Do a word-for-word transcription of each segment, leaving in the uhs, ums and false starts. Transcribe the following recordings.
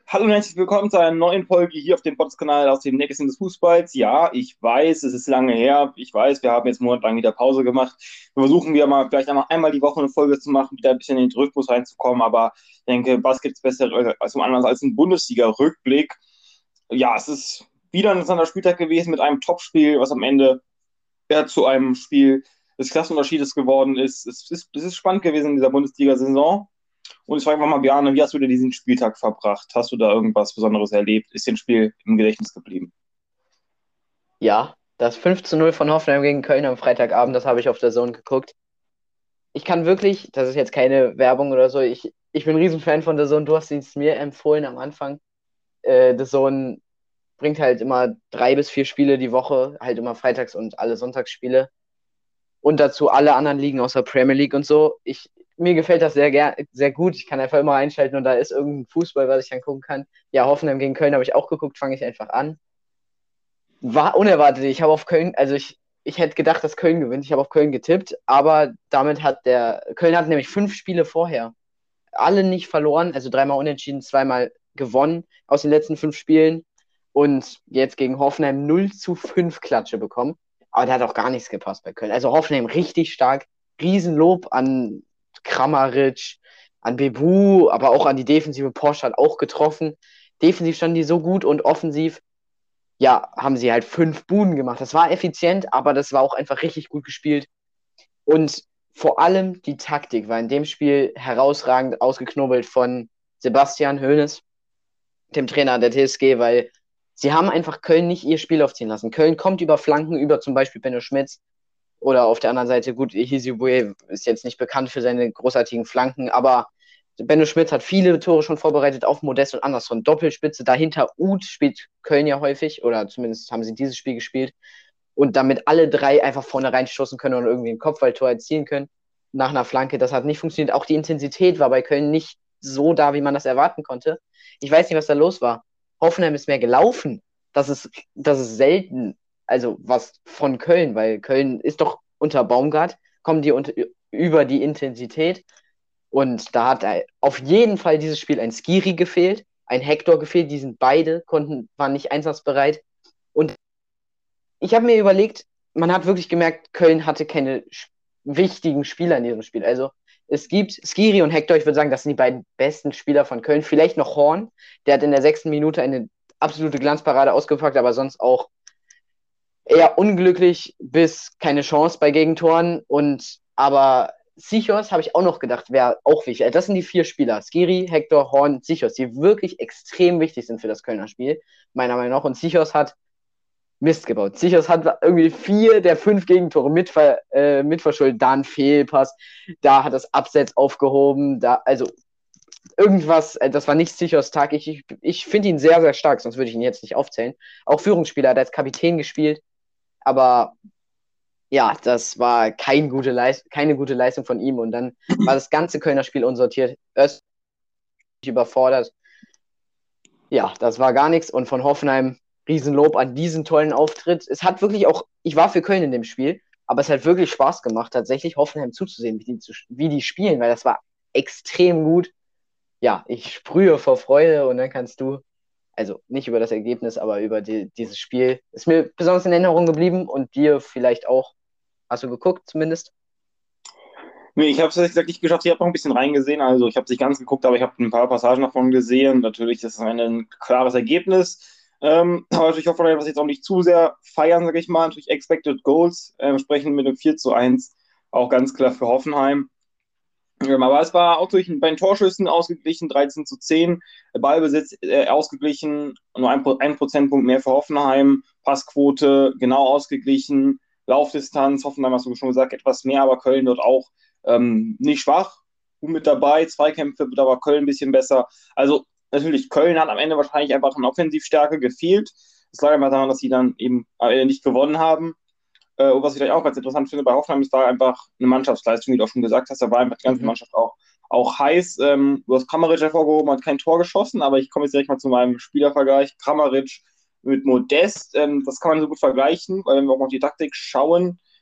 Hallo und herzlich willkommen zu einer neuen Folge hier auf dem Podcast-Kanal aus dem Nächsten des Fußballs. Ja, ich weiß, es ist lange her. Ich weiß, wir haben jetzt monatelang wieder Pause gemacht. Wir versuchen wir mal vielleicht einmal, einmal die Woche eine Folge zu machen, wieder ein bisschen in den Rhythmus reinzukommen. Aber ich denke, was gibt es besser als um anders als ein Bundesliga-Rückblick? Ja, es ist wieder ein interessanter Spieltag gewesen mit einem Topspiel, was am Ende ja, zu einem Spiel des Klassenunterschiedes geworden ist. Es ist, es ist spannend gewesen in dieser Bundesliga-Saison. Und ich frage mal, Bjarne, wie hast du dir diesen Spieltag verbracht? Hast du da irgendwas Besonderes erlebt? Ist dir ein Spiel im Gedächtnis geblieben? Ja, das fünf zu null von Hoffenheim gegen Köln am Freitagabend, das habe ich auf der Zone geguckt. Ich kann wirklich, das ist jetzt keine Werbung oder so, ich, ich bin ein Riesenfan von der Zone, du hast es mir empfohlen am Anfang. Äh, der Zone bringt halt immer drei bis vier Spiele die Woche, halt immer Freitags- und alle Sonntagsspiele. Und dazu alle anderen Ligen außer Premier League und so. Ich, mir gefällt das sehr, ger sehr gut. Ich kann einfach immer einschalten und da ist irgendein Fußball, was ich dann gucken kann. Ja, Hoffenheim gegen Köln habe ich auch geguckt, fange ich einfach an. War unerwartet. Ich habe auf Köln, also ich, ich hätte gedacht, dass Köln gewinnt. Ich habe auf Köln getippt, aber damit hat der, Köln hat nämlich fünf Spiele vorher alle nicht verloren, also dreimal unentschieden, zweimal gewonnen aus den letzten fünf Spielen und jetzt gegen Hoffenheim null zu fünf Klatsche bekommen. Aber da hat auch gar nichts gepasst bei Köln. Also Hoffenheim richtig stark. Riesenlob an Kramaric, an Bebu, aber auch an die Defensive. Porsche hat auch getroffen. Defensiv standen die so gut und offensiv ja, haben sie halt fünf Buden gemacht. Das war effizient, aber das war auch einfach richtig gut gespielt. Und vor allem die Taktik war in dem Spiel herausragend ausgeknobelt von Sebastian Hoeneß, dem Trainer der T S G, weil sie haben einfach Köln nicht ihr Spiel aufziehen lassen. Köln kommt über Flanken, über zum Beispiel Benno Schmitz oder auf der anderen Seite, gut, Ihizibue ist jetzt nicht bekannt für seine großartigen Flanken, aber Benno Schmitz hat viele Tore schon vorbereitet auf Modest und Anderson. Doppelspitze dahinter. Uth spielt Köln ja häufig, oder zumindest haben sie dieses Spiel gespielt. Und damit alle drei einfach vorne reinstoßen können und irgendwie ein Kopfballtor erzielen können nach einer Flanke. Das hat nicht funktioniert. Auch die Intensität war bei Köln nicht so da, wie man das erwarten konnte. Ich weiß nicht, was da los war. Hoffenheim ist mehr gelaufen. Das ist, das ist selten. Also was von Köln, weil Köln ist doch unter Baumgart, kommen die unter, über die Intensität. Und da hat auf jeden Fall dieses Spiel ein Skiri gefehlt, ein Hector gefehlt. Die sind beide, konnten, waren nicht einsatzbereit. Und ich habe mir überlegt, man hat wirklich gemerkt, Köln hatte keine wichtigen Spieler in diesem Spiel. Also es gibt Skiri und Hector, ich würde sagen, das sind die beiden besten Spieler von Köln. Vielleicht noch Horn, der hat in der sechsten Minute eine absolute Glanzparade ausgepackt, aber sonst auch eher unglücklich bis keine Chance bei Gegentoren. Und aber Sichos habe ich auch noch gedacht, wäre auch wichtig. Das sind die vier Spieler: Skiri, Hector, Horn, Sichos, die wirklich extrem wichtig sind für das Kölner Spiel, meiner Meinung nach. Und Sichos hat Mist gebaut. Sichos hat irgendwie vier der fünf Gegentore mitver, äh, mitverschuldet. Da ein Fehlpass, da hat das Abseits aufgehoben, da, also irgendwas, äh, das war nicht Sichos Tag. Ich, ich, ich finde ihn sehr, sehr stark, sonst würde ich ihn jetzt nicht aufzählen. Auch Führungsspieler, hat als Kapitän gespielt, aber ja, das war kein gute Leist keine gute Leistung von ihm und dann war das ganze Kölner Spiel unsortiert, östlich überfordert. Ja, das war gar nichts und von Hoffenheim Riesenlob an diesen tollen Auftritt. Es hat wirklich auch, ich war für Köln in dem Spiel, aber es hat wirklich Spaß gemacht, tatsächlich Hoffenheim zuzusehen, wie die, wie die spielen, weil das war extrem gut. Ja, ich sprühe vor Freude und dann kannst du, also nicht über das Ergebnis, aber über die, dieses Spiel, ist mir besonders in Erinnerung geblieben und dir vielleicht auch. Hast du geguckt zumindest? Nee, ich habe es ehrlich gesagt nicht geschafft. Ich habe noch ein bisschen reingesehen. Also ich habe es nicht ganz geguckt, aber ich habe ein paar Passagen davon gesehen. Natürlich ist es am Ende ein klares Ergebnis. Ähm, aber natürlich hoffe ich, dass jetzt auch nicht zu sehr feiern, sage ich mal. Natürlich Expected Goals äh, sprechen mit einem vier zu eins auch ganz klar für Hoffenheim. Ähm, aber es war auch durch, bei den Torschüssen ausgeglichen, dreizehn zu zehn. Ballbesitz äh, ausgeglichen, nur ein, ein Prozentpunkt mehr für Hoffenheim. Passquote genau ausgeglichen. Laufdistanz, Hoffenheim hast du schon gesagt, etwas mehr, aber Köln dort auch ähm, nicht schwach. Gut mit dabei. Zweikämpfe, da war Köln ein bisschen besser. Also natürlich, Köln hat am Ende wahrscheinlich einfach an Offensivstärke gefehlt. Das lag einfach daran, dass sie dann eben am Ende nicht gewonnen haben. Äh, und was ich auch ganz interessant finde bei Hoffenheim, ist da einfach eine Mannschaftsleistung, wie du auch schon gesagt hast. Da war einfach die ganze Mhm. Mannschaft auch, auch heiß. Ähm, du hast Kramaric hervorgehoben, hat kein Tor geschossen, aber ich komme jetzt direkt mal zu meinem Spielervergleich. Kramaric mit Modest, ähm, das kann man so gut vergleichen, weil wenn wir auch mal auf die Taktik schauen,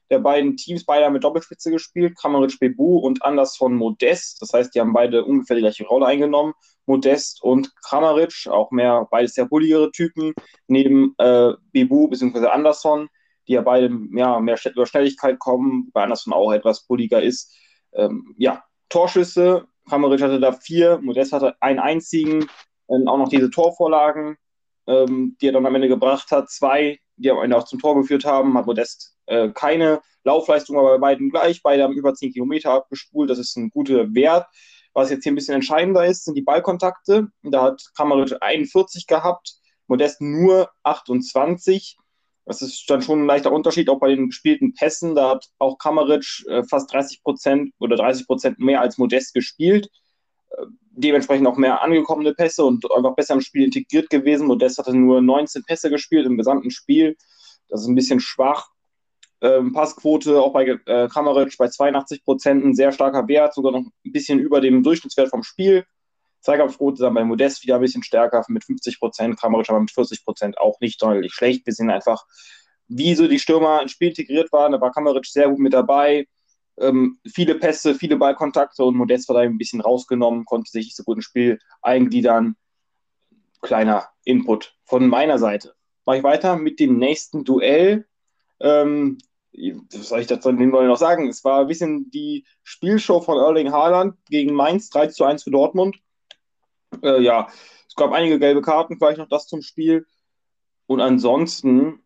der beiden Teams. Beide haben mit Doppelspitze gespielt, Kramaric Bebu und Andersson Modest. Das heißt, die haben beide ungefähr die gleiche Rolle eingenommen. Modest und Kramaric, auch mehr, beides sehr bulligere Typen, neben äh, Bebu bzw. Andersson, die ja beide ja, mehr über Schnelligkeit kommen, bei Andersson auch etwas bulliger ist. Ähm, ja, Torschüsse, Kramaric hatte da vier, Modest hatte einen einzigen, ähm, auch noch diese Torvorlagen, ähm, die er dann am Ende gebracht hat, zwei, die am Ende auch zum Tor geführt haben, hat Modest äh, keine Laufleistung, aber bei beiden gleich, beide haben über zehn Kilometer abgespult, das ist ein guter Wert. Was jetzt hier ein bisschen entscheidender ist, sind die Ballkontakte. Da hat Kramaric einundvierzig gehabt, Modest nur achtundzwanzig. Das ist dann schon ein leichter Unterschied, auch bei den gespielten Pässen. Da hat auch Kramaric äh, fast dreißig Prozent oder dreißig Prozent mehr als Modest gespielt. Äh, dementsprechend auch mehr angekommene Pässe und einfach besser im Spiel integriert gewesen. Modest hatte nur neunzehn Pässe gespielt im gesamten Spiel. Das ist ein bisschen schwach. Ähm, Passquote auch bei äh, Kramaric bei zweiundachtzig Prozent, ein sehr starker Wert, sogar noch ein bisschen über dem Durchschnittswert vom Spiel. Zweikampfquote dann bei Modest wieder ein bisschen stärker mit fünfzig Prozent, Kramaric aber mit vierzig Prozent auch nicht deutlich schlecht. Wir sehen einfach, wie so die Stürmer ins Spiel integriert waren. Da war Kramaric sehr gut mit dabei. Ähm, viele Pässe, viele Ballkontakte und Modest war da ein bisschen rausgenommen, konnte sich nicht so gut ins Spiel eingliedern. Kleiner Input von meiner Seite. Mache ich weiter mit dem nächsten Duell. Ähm, Was soll ich dazu noch sagen? Es war ein bisschen die Spielshow von Erling Haaland gegen Mainz, drei zu eins für Dortmund. Äh, ja, es gab einige gelbe Karten, vielleicht noch das zum Spiel. Und ansonsten,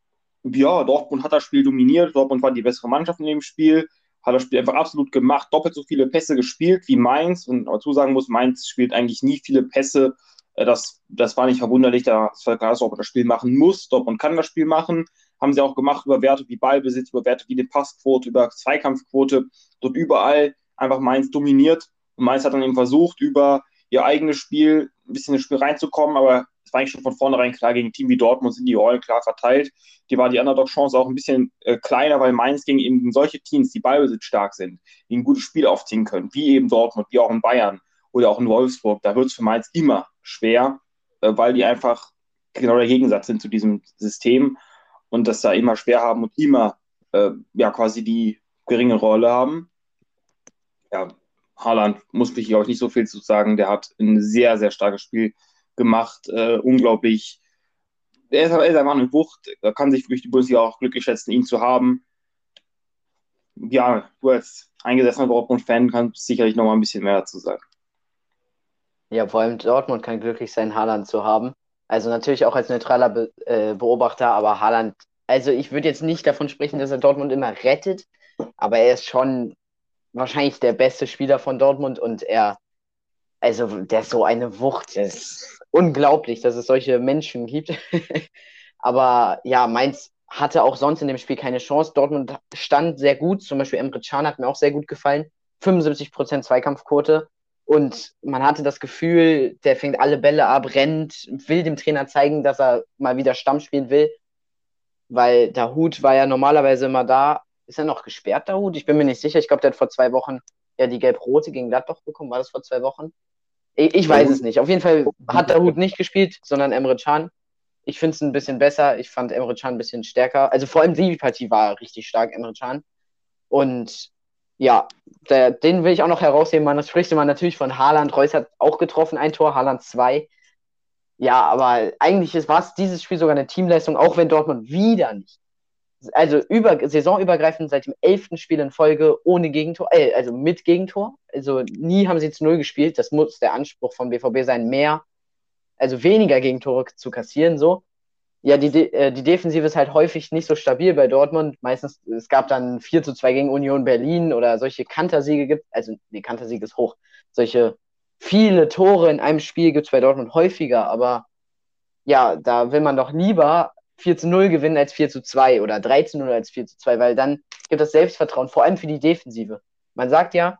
ja, Dortmund hat das Spiel dominiert. Dortmund war die bessere Mannschaft in dem Spiel, hat das Spiel einfach absolut gemacht, doppelt so viele Pässe gespielt wie Mainz. Und dazu sagen muss, Mainz spielt eigentlich nie viele Pässe. Äh, Das, das war nicht verwunderlich, da ist klar, dass Dortmund das Spiel machen muss. Dortmund kann das Spiel machen. Haben sie auch gemacht über Werte wie Ballbesitz, über Werte wie die Passquote, über Zweikampfquote. Dort überall einfach Mainz dominiert. Und Mainz hat dann eben versucht, über ihr eigenes Spiel ein bisschen ins Spiel reinzukommen, aber es war eigentlich schon von vornherein klar, gegen ein Team wie Dortmund sind die Rollen klar verteilt. Die war die Underdog-Chance auch ein bisschen äh, kleiner, weil Mainz gegen eben solche Teams, die ballbesitzstark sind, die ein gutes Spiel aufziehen können, wie eben Dortmund, wie auch in Bayern oder auch in Wolfsburg. Da wird es für Mainz immer schwer, äh, weil die einfach genau der Gegensatz sind zu diesem System und das da immer schwer haben und immer äh, ja quasi die geringe Rolle haben. Ja, Haaland muss ich, glaube ich, nicht so viel zu sagen. Der hat ein sehr, sehr starkes Spiel gemacht. Äh, unglaublich. Er ist, er ist einfach eine Wucht. Da kann sich wirklich die Bundesliga auch glücklich schätzen, ihn zu haben. Ja, du als eingesessener Dortmund-Fan kannst sicherlich noch mal ein bisschen mehr dazu sagen. Ja, vor allem Dortmund kann glücklich sein, Haaland zu haben. Also natürlich auch als neutraler Be äh, Beobachter, aber Haaland, also ich würde jetzt nicht davon sprechen, dass er Dortmund immer rettet, aber er ist schon wahrscheinlich der beste Spieler von Dortmund und er, also der ist so eine Wucht, das ist unglaublich, dass es solche Menschen gibt. Aber ja, Mainz hatte auch sonst in dem Spiel keine Chance. Dortmund stand sehr gut, zum Beispiel Emre Can hat mir auch sehr gut gefallen, fünfundsiebzig Prozent Zweikampfquote. Und man hatte das Gefühl, der fängt alle Bälle ab, rennt, will dem Trainer zeigen, dass er mal wieder Stamm spielen will, weil Dahoud war ja normalerweise immer da. Ist er noch gesperrt, Dahoud? Ich bin mir nicht sicher. Ich glaube, der hat vor zwei Wochen ja die Gelb-Rote gegen Gladbach bekommen. War das vor zwei Wochen? Ich, ich weiß es nicht. Auf jeden Fall hat Dahoud nicht gespielt, sondern Emre Can. Ich finde es ein bisschen besser. Ich fand Emre Can ein bisschen stärker. Also vor allem die Partie war richtig stark, Emre Can. Und ja, der, den will ich auch noch herausheben. Man, das spricht man natürlich von Haaland. Reus hat auch getroffen, ein Tor, Haaland zwei. Ja, aber eigentlich war es dieses Spiel sogar eine Teamleistung, auch wenn Dortmund wieder nicht. Also über, saisonübergreifend seit dem elften Spiel in Folge ohne Gegentor, äh, also mit Gegentor. Also nie haben sie zu null gespielt. Das muss der Anspruch vom B V B sein, mehr, also weniger Gegentore zu kassieren, so. Ja, die, De die Defensive ist halt häufig nicht so stabil bei Dortmund. Meistens, es gab dann vier zu zwei gegen Union Berlin oder solche Kantersiege gibt, also die Kantersiege ist hoch. Solche viele Tore in einem Spiel gibt es bei Dortmund häufiger, aber ja, da will man doch lieber vier zu null gewinnen als vier zu zwei oder drei zu null als vier zu zwei, weil dann gibt das Selbstvertrauen, vor allem für die Defensive. Man sagt ja,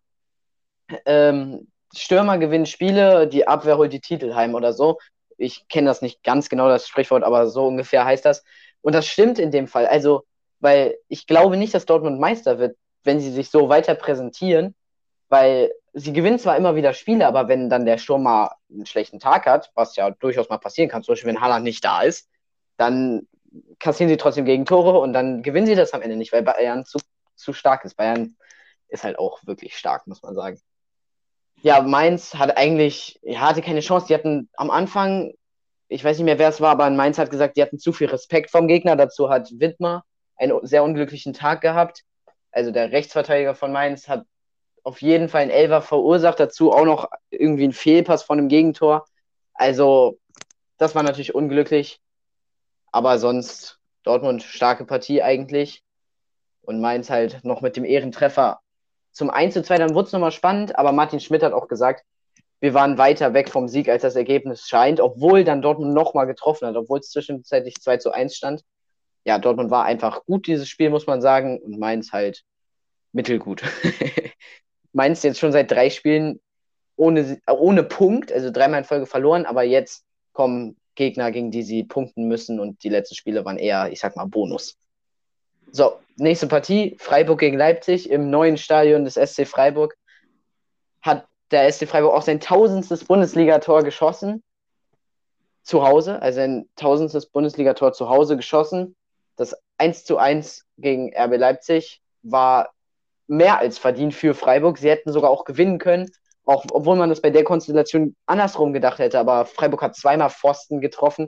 ähm, Stürmer gewinnen Spiele, die Abwehr holt die Titel heim oder so. Ich kenne das nicht ganz genau, das Sprichwort, aber so ungefähr heißt das. Und das stimmt in dem Fall. Also, weil ich glaube nicht, dass Dortmund Meister wird, wenn sie sich so weiter präsentieren, weil sie gewinnen zwar immer wieder Spiele, aber wenn dann der Sturm mal einen schlechten Tag hat, was ja durchaus mal passieren kann, zum Beispiel wenn Haaland nicht da ist, dann kassieren sie trotzdem Gegentore und dann gewinnen sie das am Ende nicht, weil Bayern zu, zu stark ist. Bayern ist halt auch wirklich stark, muss man sagen. Ja, Mainz hat eigentlich, ja, hatte keine Chance. Die hatten am Anfang, ich weiß nicht mehr, wer es war, aber Mainz hat gesagt, die hatten zu viel Respekt vom Gegner. Dazu hat Widmer einen sehr unglücklichen Tag gehabt. Also der Rechtsverteidiger von Mainz hat auf jeden Fall einen Elfer verursacht. Dazu auch noch irgendwie einen Fehlpass von einem Gegentor. Also das war natürlich unglücklich. Aber sonst Dortmund starke Partie eigentlich. Und Mainz halt noch mit dem Ehrentreffer zum eins zu zwei. Dann wurde es nochmal spannend. Aber Martin Schmidt hat auch gesagt, wir waren weiter weg vom Sieg, als das Ergebnis scheint, obwohl dann Dortmund nochmal getroffen hat, obwohl es zwischenzeitlich zwei zu eins stand. Ja, Dortmund war einfach gut, dieses Spiel, muss man sagen, und Mainz halt mittelgut. Mainz jetzt schon seit drei Spielen ohne, ohne Punkt, also dreimal in Folge verloren, aber jetzt kommen Gegner, gegen die sie punkten müssen und die letzten Spiele waren eher, ich sag mal, Bonus. So, nächste Partie, Freiburg gegen Leipzig im neuen Stadion des S C Freiburg. Hat der S C Freiburg auch sein tausendstes Bundesligator geschossen. Zu Hause, also ein tausendstes Bundesligator zu Hause geschossen. Das eins zu eins gegen R B Leipzig war mehr als verdient für Freiburg. Sie hätten sogar auch gewinnen können, auch obwohl man das bei der Konstellation andersrum gedacht hätte. Aber Freiburg hat zweimal Pfosten getroffen.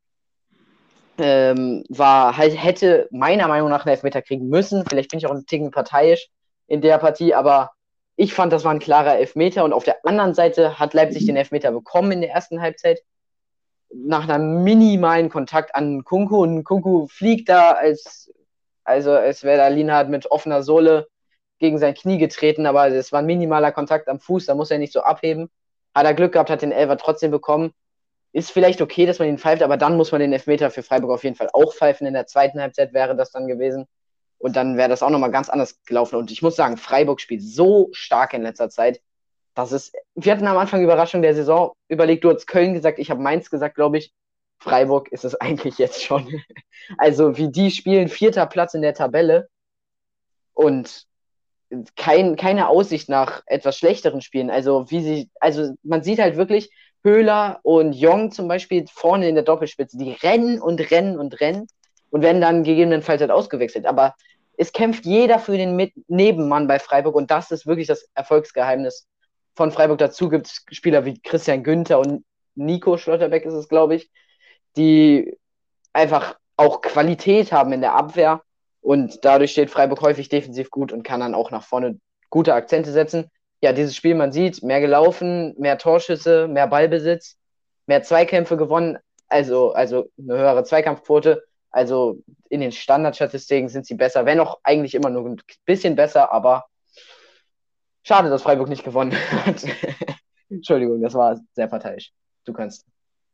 Ähm, war halt, hätte meiner Meinung nach einen Elfmeter kriegen müssen. Vielleicht bin ich auch ein Ticken parteiisch in der Partie, aber ich fand, das war ein klarer Elfmeter. Und auf der anderen Seite hat Leipzig den Elfmeter bekommen in der ersten Halbzeit. Nach einem minimalen Kontakt an Nkunku. Und Nkunku fliegt da, als, also als wäre da Lienhardt mit offener Sohle gegen sein Knie getreten, aber es war ein minimaler Kontakt am Fuß, da muss er nicht so abheben. Hat er Glück gehabt, hat den Elfer trotzdem bekommen. Ist vielleicht okay, dass man ihn pfeift, aber dann muss man den Elfmeter für Freiburg auf jeden Fall auch pfeifen. In der zweiten Halbzeit wäre das dann gewesen. Und dann wäre das auch nochmal ganz anders gelaufen. Und ich muss sagen, Freiburg spielt so stark in letzter Zeit. Das ist, wir hatten am Anfang Überraschung der Saison überlegt, du hast Köln gesagt, ich habe Mainz gesagt, glaube ich. Freiburg ist es eigentlich jetzt schon. Also wie die spielen, vierter Platz in der Tabelle und kein, keine Aussicht nach etwas schlechteren Spielen. Also wie sie, also man sieht halt wirklich, Höhler und Jong zum Beispiel vorne in der Doppelspitze, die rennen und rennen und rennen und werden dann gegebenenfalls halt ausgewechselt. Aber es kämpft jeder für den Mit- Nebenmann bei Freiburg und das ist wirklich das Erfolgsgeheimnis von Freiburg. Dazu gibt es Spieler wie Christian Günther und Nico Schlotterbeck ist es, glaube ich, die einfach auch Qualität haben in der Abwehr und dadurch steht Freiburg häufig defensiv gut und kann dann auch nach vorne gute Akzente setzen. Ja, dieses Spiel, man sieht, mehr gelaufen, mehr Torschüsse, mehr Ballbesitz, mehr Zweikämpfe gewonnen, also, also eine höhere Zweikampfquote. Also in den Standardstatistiken sind sie besser, wenn auch eigentlich immer nur ein bisschen besser, aber schade, dass Freiburg nicht gewonnen hat. Entschuldigung, das war sehr parteiisch. Du kannst.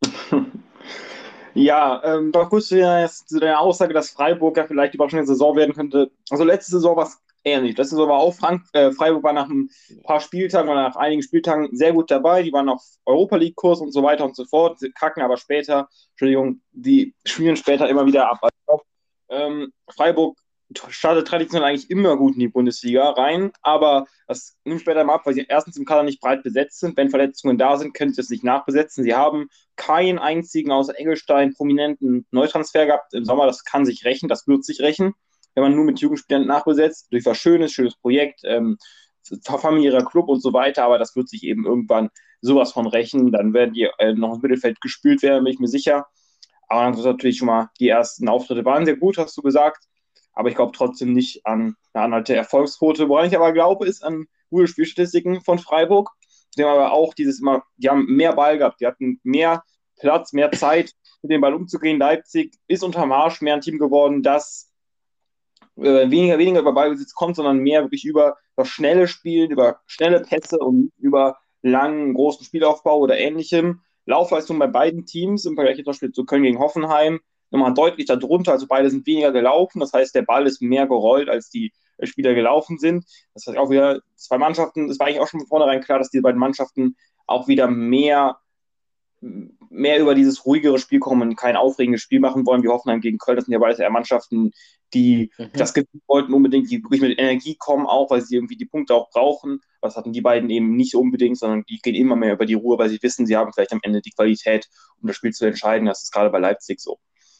Ja, ähm, doch kurz zu der, zu der Aussage, dass Freiburg ja vielleicht die Überraschung der Saison werden könnte. Also letzte Saison war es eher nicht. Letzte Saison war auch Frank, äh, Freiburg war nach ein paar Spieltagen oder nach einigen Spieltagen sehr gut dabei. Die waren auf Europa League-Kurs und so weiter und so fort. Sie kacken aber später, Entschuldigung, die spielen später immer wieder ab. Also, ähm, Freiburg startet traditionell eigentlich immer gut in die Bundesliga rein, aber das nimmt später mal ab, weil sie erstens im Kader nicht breit besetzt sind. Wenn Verletzungen da sind, können sie das nicht nachbesetzen. Sie haben keinen einzigen außer Engelstein prominenten Neutransfer gehabt im Sommer. Das kann sich rächen, das wird sich rächen, wenn man nur mit Jugendspielern nachbesetzt. Durch was Schönes, schönes Projekt, ähm, familiärer Club und so weiter, aber das wird sich eben irgendwann sowas von rächen. Dann werden die äh, noch ins Mittelfeld gespült werden, bin ich mir sicher. Aber dann wird natürlich schon mal, die ersten Auftritte waren sehr gut, hast du gesagt. Aber ich glaube trotzdem nicht an eine anhalte Erfolgsquote. Woran ich aber glaube, ist an gute Spielstatistiken von Freiburg. Die haben aber auch dieses immer, die haben mehr Ball gehabt, die hatten mehr Platz, mehr Zeit, mit dem Ball umzugehen. Leipzig ist unter Marsch mehr ein Team geworden, das äh, weniger, weniger über Ballbesitz kommt, sondern mehr wirklich über das schnelle Spielen, über schnelle Pässe und nicht über langen, großen Spielaufbau oder ähnlichem. Laufleistung bei beiden Teams im Vergleich zum Beispiel zu Köln gegen Hoffenheim nochmal deutlich darunter, also beide sind weniger gelaufen, das heißt, der Ball ist mehr gerollt, als die Spieler gelaufen sind. Das heißt auch wieder zwei Mannschaften, es war eigentlich auch schon von vornherein klar, dass die beiden Mannschaften auch wieder mehr, mehr über dieses ruhigere Spiel kommen und kein aufregendes Spiel machen wollen, wie Hoffenheim gegen Köln. Das sind ja beides eher Mannschaften, die mhm. das gewinnen wollten unbedingt, die wirklich mit Energie kommen auch, weil sie irgendwie die Punkte auch brauchen. Das hatten die beiden eben nicht unbedingt, sondern die gehen immer mehr über die Ruhe, weil sie wissen, sie haben vielleicht am Ende die Qualität, um das Spiel zu entscheiden. Das ist gerade bei Leipzig so.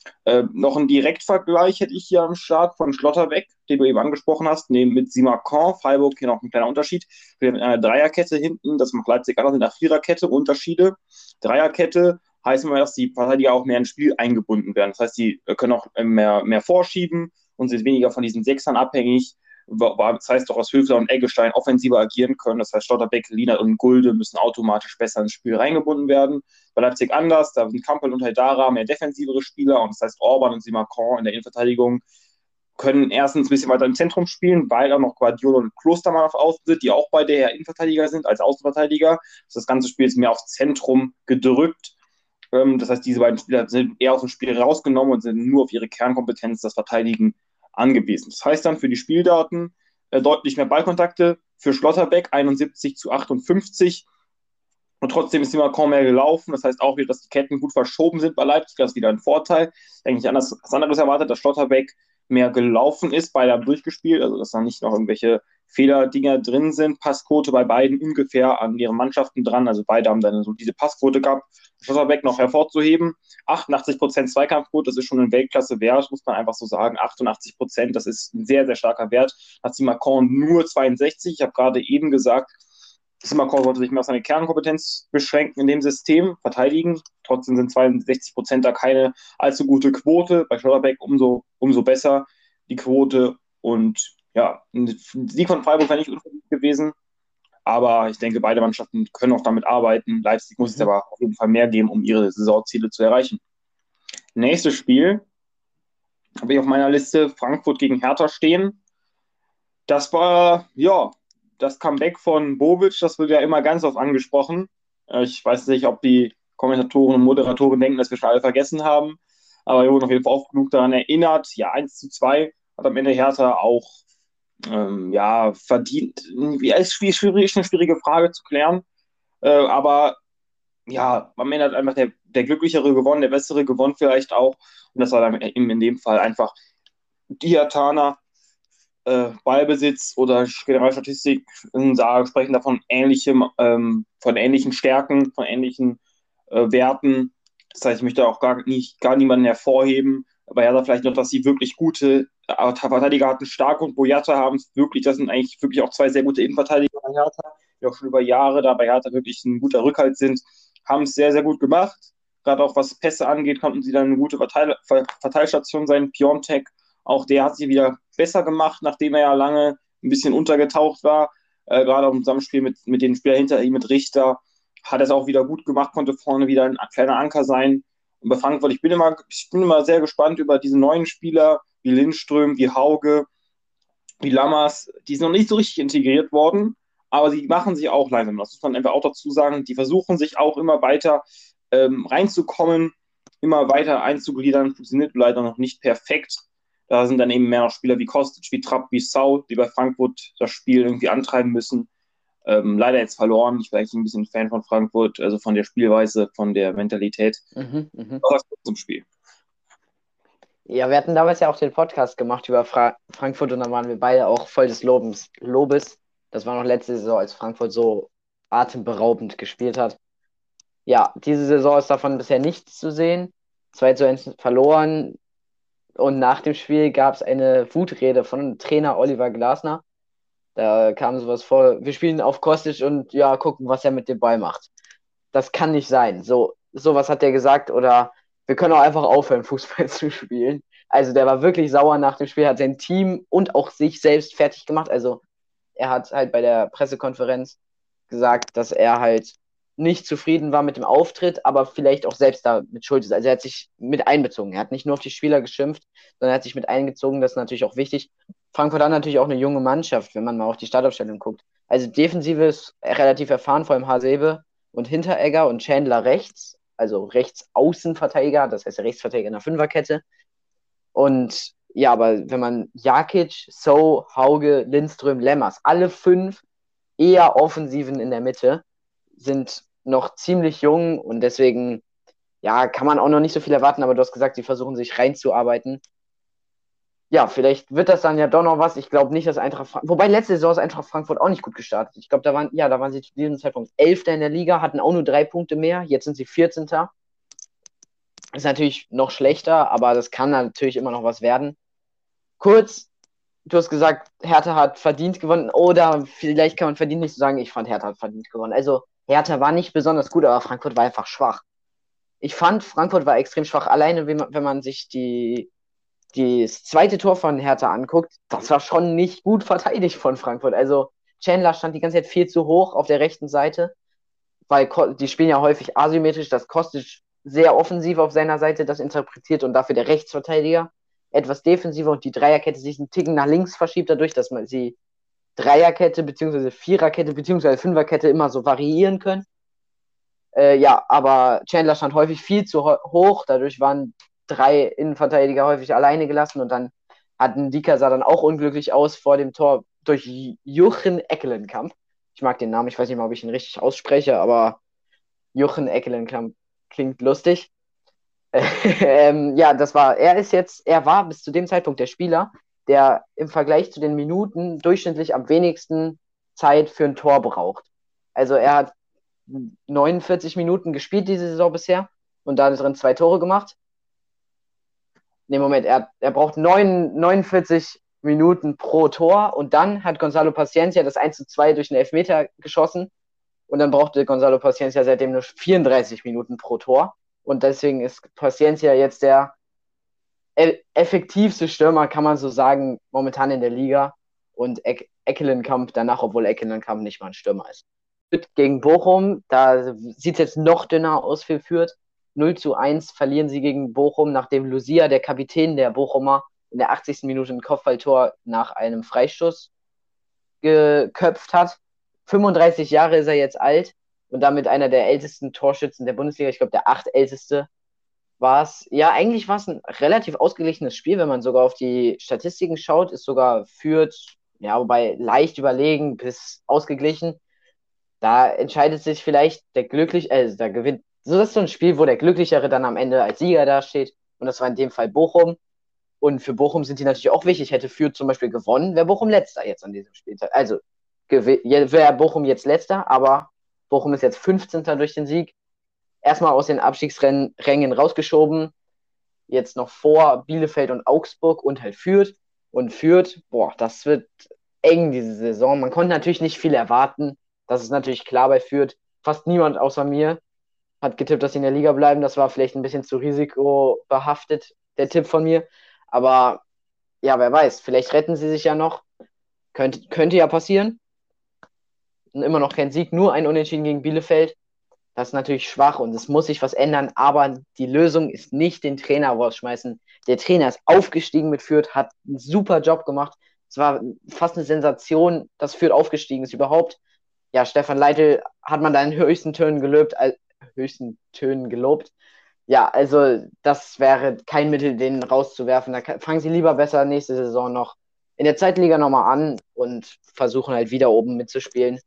Äh, noch ein Direktvergleich hätte ich hier am Start von Schlotterbeck, den du eben angesprochen hast, neben mit Simakan, Freiburg hier noch ein kleiner Unterschied. Wir haben eine Dreierkette hinten, das macht Leipzig anders in der Viererkette, Unterschiede. Dreierkette heißt immer, dass die Verteidiger auch mehr ins Spiel eingebunden werden. Das heißt, die können auch mehr, mehr vorschieben und sind weniger von diesen Sechsern abhängig. Das heißt doch, dass Höfler und Eggestein offensiver agieren können. Das heißt, Schlotterbeck, Lienert und Gulde müssen automatisch besser ins Spiel reingebunden werden. Bei Leipzig anders, da sind Kampel und Haidara mehr defensivere Spieler und das heißt, Orban und Simakan in der Innenverteidigung können erstens ein bisschen weiter im Zentrum spielen, weil auch noch Guardiola und Klostermann auf Außen sind, die auch beide eher Innenverteidiger sind als Außenverteidiger. Das ganze Spiel ist mehr aufs Zentrum gedrückt. Das heißt, diese beiden Spieler sind eher aus dem Spiel rausgenommen und sind nur auf ihre Kernkompetenz, das Verteidigen, angewiesen. Das heißt dann für die Spieldaten äh, deutlich mehr Ballkontakte, für Schlotterbeck einundsiebzig zu achtundfünfzig und trotzdem ist immer kaum mehr gelaufen. Das heißt auch wieder, dass die Ketten gut verschoben sind bei Leipzig, das ist wieder ein Vorteil. Eigentlich anders, was anderes erwartet, dass Schlotterbeck mehr gelaufen ist, beide haben durchgespielt, also dass da nicht noch irgendwelche Fehlerdinger drin sind. Passquote bei beiden ungefähr an ihren Mannschaften dran, also beide haben dann so diese Passquote gehabt. Schlotterbeck noch hervorzuheben, achtundachtzig Prozent Zweikampfquote, das ist schon ein Weltklasse-Wert, muss man einfach so sagen, achtundachtzig Prozent, das ist ein sehr, sehr starker Wert. Hat Simakan nur zweiundsechzig, ich habe gerade eben gesagt, Simakan sollte sich mehr auf seine Kernkompetenz beschränken in dem System, verteidigen. Trotzdem sind zweiundsechzig Prozent da keine allzu gute Quote. Bei Schlotterbeck umso, umso besser die Quote. Und ja, ein Sieg von Freiburg wäre nicht unverdient gewesen. Aber ich denke, beide Mannschaften können auch damit arbeiten. Leipzig muss es aber auf jeden Fall mehr geben, um ihre Saisonziele zu erreichen. Nächstes Spiel habe ich auf meiner Liste Frankfurt gegen Hertha stehen. Das war, ja, das Comeback von Bobic, das wird ja immer ganz oft angesprochen. Ich weiß nicht, ob die Kommentatoren und Moderatoren denken, dass wir schon alle vergessen haben. Aber wir wurden auf jeden Fall oft genug daran erinnert. Ja, eins zu zwei hat am Ende Hertha auch ähm, ja, verdient. Wie ist schwierig, eine schwierige Frage zu klären. Äh, aber ja, am Ende hat einfach der, der Glücklichere gewonnen, der Bessere gewonnen vielleicht auch. Und das war dann in, in dem Fall einfach Diatana. Äh, Ballbesitz oder Generalstatistik da sprechen davon ähnlichem, ähm, von ähnlichen Stärken, von ähnlichen äh, Werten. Das heißt, ich möchte auch gar nicht gar niemanden hervorheben, aber ja, vielleicht noch, dass sie wirklich gute Verteidiger hatten. Stark und Boyata haben es wirklich, das sind eigentlich wirklich auch zwei sehr gute Innenverteidiger bei Hertha, die auch schon über Jahre da bei Hertha wirklich ein guter Rückhalt sind, haben es sehr, sehr gut gemacht. Gerade auch was Pässe angeht, konnten sie dann eine gute Verteil Verteilstation sein. Piontek, auch der hat sich wieder besser gemacht, nachdem er ja lange ein bisschen untergetaucht war. Äh, gerade auch im Zusammenspiel mit, mit den Spielern hinter ihm, mit Richter, hat er es auch wieder gut gemacht, konnte vorne wieder ein kleiner Anker sein. Und bei Frankfurt, ich bin immer, ich bin immer sehr gespannt über diese neuen Spieler, wie Lindström, wie Hauge, wie Lammers. Die sind noch nicht so richtig integriert worden, aber sie machen sich auch langsam. Das muss man einfach auch dazu sagen. Die versuchen sich auch immer weiter ähm, reinzukommen, immer weiter einzugliedern. Funktioniert leider noch nicht perfekt. Da sind dann eben mehr noch Spieler wie Kostic, wie Trapp, wie Sau, die bei Frankfurt das Spiel irgendwie antreiben müssen. Ähm, leider jetzt verloren. Ich war eigentlich ein bisschen Fan von Frankfurt, also von der Spielweise, von der Mentalität. Mhm, mh. Was zum Spiel? Ja, wir hatten damals ja auch den Podcast gemacht über Fra Frankfurt und da waren wir beide auch voll des Lobens. Lobes. Das war noch letzte Saison, als Frankfurt so atemberaubend gespielt hat. Ja, diese Saison ist davon bisher nichts zu sehen. zwei zu eins verloren. Und nach dem Spiel gab es eine Wutrede von Trainer Oliver Glasner. Da kam sowas vor, wir spielen auf Kostic und ja, gucken, was er mit dem Ball macht. Das kann nicht sein. So, sowas hat er gesagt. Oder wir können auch einfach aufhören, Fußball zu spielen. Also der war wirklich sauer nach dem Spiel, hat sein Team und auch sich selbst fertig gemacht. Also er hat halt bei der Pressekonferenz gesagt, dass er halt nicht zufrieden war mit dem Auftritt, aber vielleicht auch selbst damit schuld ist. Also er hat sich mit einbezogen. Er hat nicht nur auf die Spieler geschimpft, sondern er hat sich mit eingezogen. Das ist natürlich auch wichtig. Frankfurt hat natürlich auch eine junge Mannschaft, wenn man mal auf die Startaufstellung guckt. Also Defensive ist relativ erfahren, vor allem Hasebe und Hinteregger und Chandler rechts, also rechts Außenverteidiger, das heißt Rechtsverteidiger in der Fünferkette. Und ja, aber wenn man Jakic, So, Hauge, Lindström, Lemmers, alle fünf eher Offensiven in der Mitte, sind noch ziemlich jung und deswegen, ja, kann man auch noch nicht so viel erwarten, aber du hast gesagt, sie versuchen sich reinzuarbeiten. Ja, vielleicht wird das dann ja doch noch was. Ich glaube nicht, dass Eintracht Frankfurt, wobei letzte Saison ist Eintracht Frankfurt auch nicht gut gestartet. Ich glaube, da waren, ja, da waren sie zu diesem Zeitpunkt Elfter in der Liga, hatten auch nur drei Punkte mehr. Jetzt sind sie vierzehnter. Ist natürlich noch schlechter, aber das kann natürlich immer noch was werden. Kurz, du hast gesagt, Hertha hat verdient gewonnen oder vielleicht kann man verdient nicht so sagen, ich fand Hertha hat verdient gewonnen. Also Hertha war nicht besonders gut, aber Frankfurt war einfach schwach. Ich fand, Frankfurt war extrem schwach. Alleine, wenn man, wenn man sich die, die das zweite Tor von Hertha anguckt, das war schon nicht gut verteidigt von Frankfurt. Also Chandler stand die ganze Zeit viel zu hoch auf der rechten Seite, weil die spielen ja häufig asymmetrisch, das Kostic sehr offensiv auf seiner Seite das interpretiert und dafür der Rechtsverteidiger etwas defensiver und die Dreierkette sich einen Ticken nach links verschiebt, dadurch, dass man sie Dreierkette beziehungsweise Viererkette beziehungsweise Fünferkette immer so variieren können. Äh, ja, aber Chandler stand häufig viel zu ho- hoch, dadurch waren drei Innenverteidiger häufig alleine gelassen und dann hat Ndika sah dann auch unglücklich aus vor dem Tor durch Jochen Eckelenkamp. Ich mag den Namen, ich weiß nicht mal, ob ich ihn richtig ausspreche, aber Jochen Eckelenkamp klingt lustig. ähm, ja, das war, er ist jetzt, er war bis zu dem Zeitpunkt der Spieler, der im Vergleich zu den Minuten durchschnittlich am wenigsten Zeit für ein Tor braucht. Also er hat neunundvierzig Minuten gespielt diese Saison bisher und da drin zwei Tore gemacht. Ne, Moment, er, er braucht neun, neunundvierzig Minuten pro Tor und dann hat Gonzalo Paciencia das eins zu zwei durch einen Elfmeter geschossen und dann brauchte Gonzalo Paciencia seitdem nur vierunddreißig Minuten pro Tor und deswegen ist Paciencia jetzt der effektivste Stürmer, kann man so sagen, momentan in der Liga und e- Eckelenkamp danach, obwohl Eckelenkamp nicht mal ein Stürmer ist. Gegen Bochum, da sieht es jetzt noch dünner aus für Fürth. null zu eins verlieren sie gegen Bochum, nachdem Lucia, der Kapitän der Bochumer, in der achtzigsten Minute ein Kopfballtor nach einem Freistoß geköpft hat. fünfunddreißig Jahre ist er jetzt alt und damit einer der ältesten Torschützen der Bundesliga. Ich glaube, der achtälteste war es. Ja, eigentlich war es ein relativ ausgeglichenes Spiel, wenn man sogar auf die Statistiken schaut, ist sogar Fürth, ja, wobei leicht überlegen bis ausgeglichen. Da entscheidet sich vielleicht der glücklich, äh, da gewinnt, so das ist so ein Spiel, wo der Glücklichere dann am Ende als Sieger dasteht. Und das war in dem Fall Bochum. Und für Bochum sind die natürlich auch wichtig. Hätte Fürth zum Beispiel gewonnen, wäre Bochum letzter jetzt an diesem Spieltag. Also wäre Bochum jetzt letzter, aber Bochum ist jetzt fünfzehnter durch den Sieg. Erstmal aus den Abstiegsrängen rausgeschoben. Jetzt noch vor Bielefeld und Augsburg und halt Fürth. Und Fürth, boah, das wird eng diese Saison. Man konnte natürlich nicht viel erwarten. Das ist natürlich klar bei Fürth. Fast niemand außer mir hat getippt, dass sie in der Liga bleiben. Das war vielleicht ein bisschen zu risikobehaftet, der Tipp von mir. Aber ja, wer weiß, vielleicht retten sie sich ja noch. Könnte, könnte ja passieren. Und immer noch kein Sieg, nur ein Unentschieden gegen Bielefeld. Das ist natürlich schwach und es muss sich was ändern, aber die Lösung ist nicht den Trainer rausschmeißen. Der Trainer ist aufgestiegen mit Fürth, hat einen super Job gemacht. Es war fast eine Sensation, dass Fürth aufgestiegen ist überhaupt. Ja, Stefan Leitl hat man da in höchsten Tönen gelobt, äh, höchsten Tönen gelobt. Ja, also das wäre kein Mittel, den rauszuwerfen. Da fangen sie lieber besser nächste Saison noch in der Zweitliga nochmal an und versuchen halt wieder oben mitzuspielen.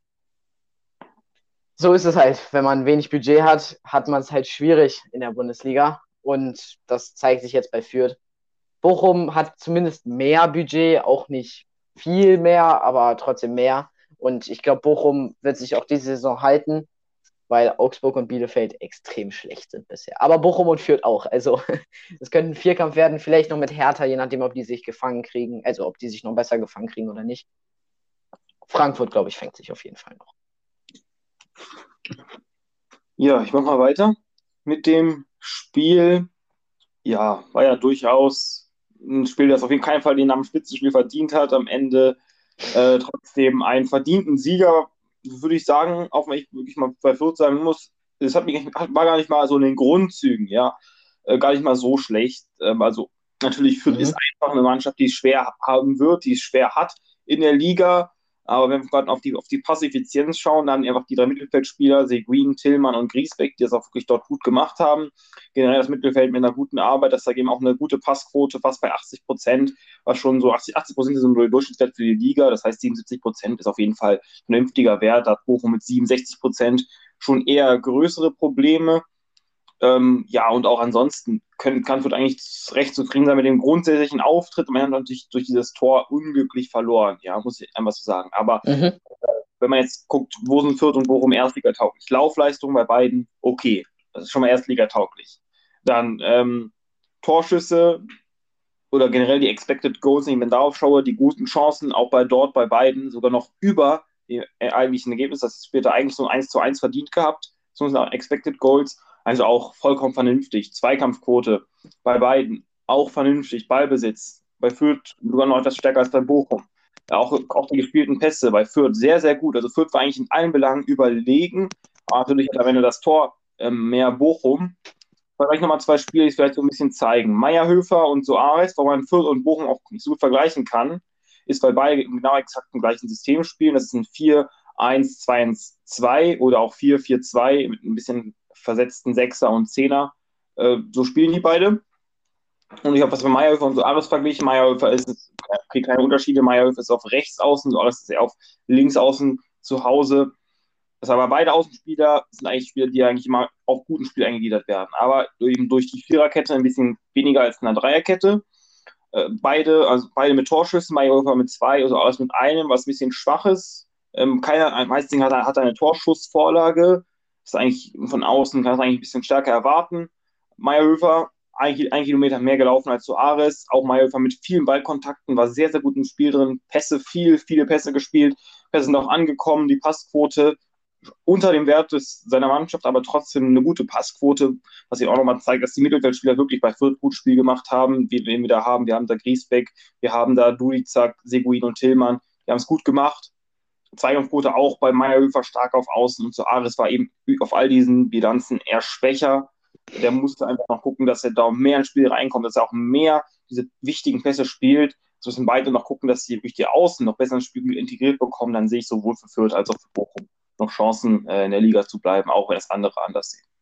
So ist es halt. Wenn man wenig Budget hat, hat man es halt schwierig in der Bundesliga. Und das zeigt sich jetzt bei Fürth. Bochum hat zumindest mehr Budget, auch nicht viel mehr, aber trotzdem mehr. Und ich glaube, Bochum wird sich auch diese Saison halten, weil Augsburg und Bielefeld extrem schlecht sind bisher. Aber Bochum und Fürth auch. Also es könnte ein Vierkampf werden, vielleicht noch mit Hertha, je nachdem, ob die sich gefangen kriegen, also ob die sich noch besser gefangen kriegen oder nicht. Frankfurt, glaube ich, fängt sich auf jeden Fall noch. Ja, ich mache mal weiter mit dem Spiel. Ja, war ja durchaus ein Spiel, das auf jeden keinen Fall den Namen Spitzenspiel verdient hat. Am Ende äh, trotzdem einen verdienten Sieger, würde ich sagen, auch wenn ich wirklich mal bei Fürth sagen muss, es hat mich, war gar nicht mal so in den Grundzügen, ja, äh, gar nicht mal so schlecht. Ähm, also natürlich Fürth Mhm. ist einfach eine Mannschaft, die es schwer haben wird, die es schwer hat in der Liga. Aber wenn wir gerade auf die, auf die Passeffizienz schauen, dann einfach die drei Mittelfeldspieler, Seguin, Tillmann und Griesbeck, die es auch wirklich dort gut gemacht haben. Generell das Mittelfeld mit einer guten Arbeit, das da eben auch eine gute Passquote, fast bei achtzig Prozent, was schon so achtzig, achtzig Prozent ist so ein Durchschnittswert für die Liga. Das heißt, siebenundsiebzig Prozent ist auf jeden Fall ein vernünftiger Wert. Da hat Bochum mit siebenundsechzig Prozent schon eher größere Probleme. Ähm, ja, und auch ansonsten können, kann Fürth eigentlich recht zufrieden sein mit dem grundsätzlichen Auftritt. Man hat natürlich durch dieses Tor unglücklich verloren, ja, muss ich einfach so sagen. Aber Mhm. wenn man jetzt guckt, wo sind Fürth und Bochum Erstliga tauglich? Laufleistung bei beiden, okay. Das ist schon mal Erstliga tauglich. Dann ähm, Torschüsse oder generell die Expected Goals, wenn ich darauf schaue, die guten Chancen, auch bei dort, bei beiden, sogar noch über dem eigentlichen Ergebnis. Das später eigentlich so ein eins zu eins verdient gehabt, so sind Expected Goals, also auch vollkommen vernünftig. Zweikampfquote bei beiden, auch vernünftig. Ballbesitz, bei Fürth sogar noch etwas stärker als bei Bochum. Auch, auch die gespielten Pässe bei Fürth sehr, sehr gut. Also Fürth war eigentlich in allen Belangen überlegen. Aber natürlich hat am Ende das Tor ähm, mehr Bochum. Vielleicht nochmal zwei Spiele, die es vielleicht so ein bisschen zeigen. Meierhöfer und Soares, wo man Fürth und Bochum auch nicht so gut vergleichen kann, ist, weil beide genau exakt im gleichen System spielen. Das ist ein vier eins zwei eins zwei oder auch vier vier zwei mit ein bisschen versetzten Sechser und Zehner. Äh, so spielen die beide. Und ich habe was mit Meierhöfer und Soares verglichen. Meierhöfer ist, kriegt keine Unterschiede. Meierhöfer ist auf rechts außen, Soares ist ja auf links außen zu Hause. Das aber beide Außenspieler sind eigentlich Spieler, die eigentlich immer auf guten Spiel eingegliedert werden. Aber eben durch die Viererkette ein bisschen weniger als in der Dreierkette. Äh, beide, also beide mit Torschüssen, Mallorca mit zwei, also alles mit einem, was ein bisschen schwach ist. Ähm, keiner, meistens hat er hat eine Torschussvorlage. Das ist eigentlich von außen, kann es eigentlich ein bisschen stärker erwarten. Meyerhöfer, ein, ein Kilometer mehr gelaufen als Soares. Auch Meyerhöfer mit vielen Ballkontakten, war sehr, sehr gut im Spiel drin. Pässe, viel, viele Pässe gespielt. Pässe sind auch angekommen. Die Passquote unter dem Wert des, seiner Mannschaft, aber trotzdem eine gute Passquote, was eben auch nochmal zeigt, dass die Mittelfeldspieler wirklich bei Fürth gut Spiel gemacht haben, wie wir ihn wieder haben. Wir haben da Griesbeck, wir haben da Dudizak, Seguin und Tillmann. Die haben es gut gemacht. Zweikampfquote auch bei Meyerhöfer stark auf Außen und Soares war eben auf all diesen Bilanzen eher schwächer. Der musste einfach noch gucken, dass er da mehr ins Spiel reinkommt, dass er auch mehr diese wichtigen Pässe spielt. Es müssen beide noch gucken, dass sie durch die Außen noch besser ins Spiel integriert bekommen. Dann sehe ich sowohl für Fürth als auch für Bochum noch Chancen, äh, in der Liga zu bleiben, auch wenn es andere anders sehen.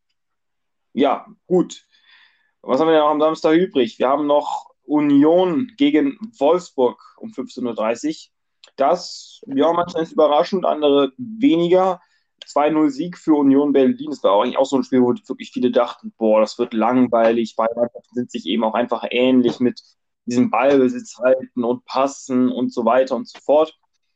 Ja, gut. Was haben wir denn noch am Samstag übrig? Wir haben noch Union gegen Wolfsburg um fünfzehn Uhr dreißig. Das, ja, manchmal ist überraschend, andere weniger. zwei null Sieg für Union Berlin. Das war auch eigentlich auch so ein Spiel, wo wirklich viele dachten, boah, das wird langweilig. Beide Mannschaften sind sich eben auch einfach ähnlich mit diesem Ballbesitz halten und passen und so weiter und so fort.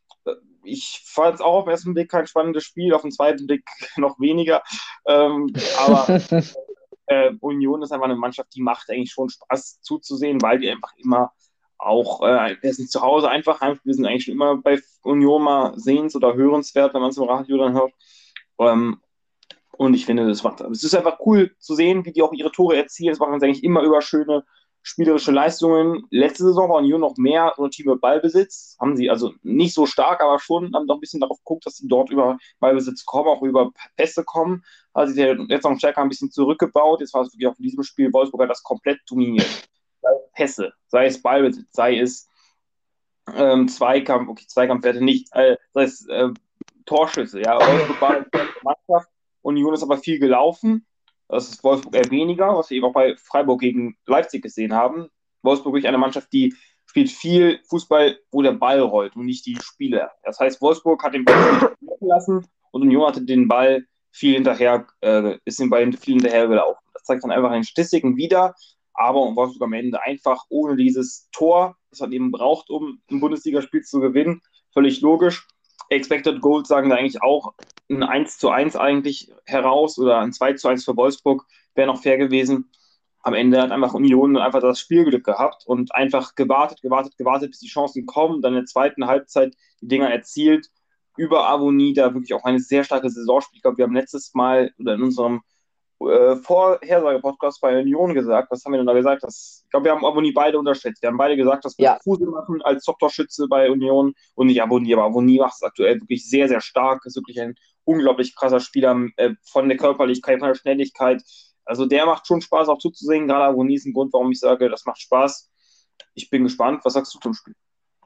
Ich fand es auch auf den ersten Blick kein spannendes Spiel, auf den zweiten Blick noch weniger. Ähm, aber äh, Union ist einfach eine Mannschaft, die macht eigentlich schon Spaß zuzusehen, weil die einfach immer auch, äh, wir sind zu Hause einfach, wir sind eigentlich schon immer bei Union mal sehens- oder hörenswert, wenn man es im Radio dann hört. Ähm, und ich finde, das macht, es ist einfach cool zu sehen, wie die auch ihre Tore erzielen. Das machen sie eigentlich immer über schöne spielerische Leistungen. Letzte Saison war Union noch mehr so ein Team mit Ballbesitz. Haben sie also nicht so stark, aber schon haben doch ein bisschen darauf geguckt, dass sie dort über Ballbesitz kommen, auch über Pässe kommen. Also sie jetzt noch stärker ein bisschen zurückgebaut. Jetzt war es wirklich auch in diesem Spiel, Wolfsburg hat das komplett dominiert. Sei es Pässe, sei es Ballbesitz, sei es ähm, Zweikampf, okay, Zweikampfwerte nicht, äh, sei es äh, Torschüsse, ja, Wolfsburg war eine Mannschaft, Union ist aber viel gelaufen, das ist Wolfsburg eher weniger, was wir eben auch bei Freiburg gegen Leipzig gesehen haben. Wolfsburg ist eine Mannschaft, die spielt viel Fußball, wo der Ball rollt und nicht die Spieler. Das heißt, Wolfsburg hat den Ball viel gelassen und Union hatte den Ball viel hinterher, äh, ist den Ball viel hinterher gelaufen. Das zeigt dann einfach den Statistiken wieder, aber Wolfsburg am Ende einfach ohne dieses Tor, das man eben braucht, um ein Bundesligaspiel zu gewinnen, völlig logisch. Expected Goals sagen da eigentlich auch ein eins zu eins eigentlich heraus oder ein zwei zu eins für Wolfsburg wäre noch fair gewesen. Am Ende hat einfach Union einfach das Spielglück gehabt und einfach gewartet, gewartet, gewartet, bis die Chancen kommen, dann in der zweiten Halbzeit die Dinger erzielt. Über Avonie da wirklich auch eine sehr starke Saison spielt. Ich glaube, wir haben letztes Mal oder in unserem äh, Vorhersage-Podcast bei Union gesagt. Was haben wir denn da gesagt? Das, ich glaube, wir haben Aboni beide unterschätzt. Wir haben beide gesagt, das wird Ja, Kruse machen als Top-Torschütze bei Union und nicht Aboni. Aber Aboni macht es aktuell wirklich sehr, sehr stark. Ist wirklich ein unglaublich krasser Spieler äh, von der Körperlichkeit, von der Schnelligkeit. Also der macht schon Spaß auch zuzusehen. Gerade Aboni ist ein Grund, warum ich sage, das macht Spaß. Ich bin gespannt. Was sagst du zum Spiel?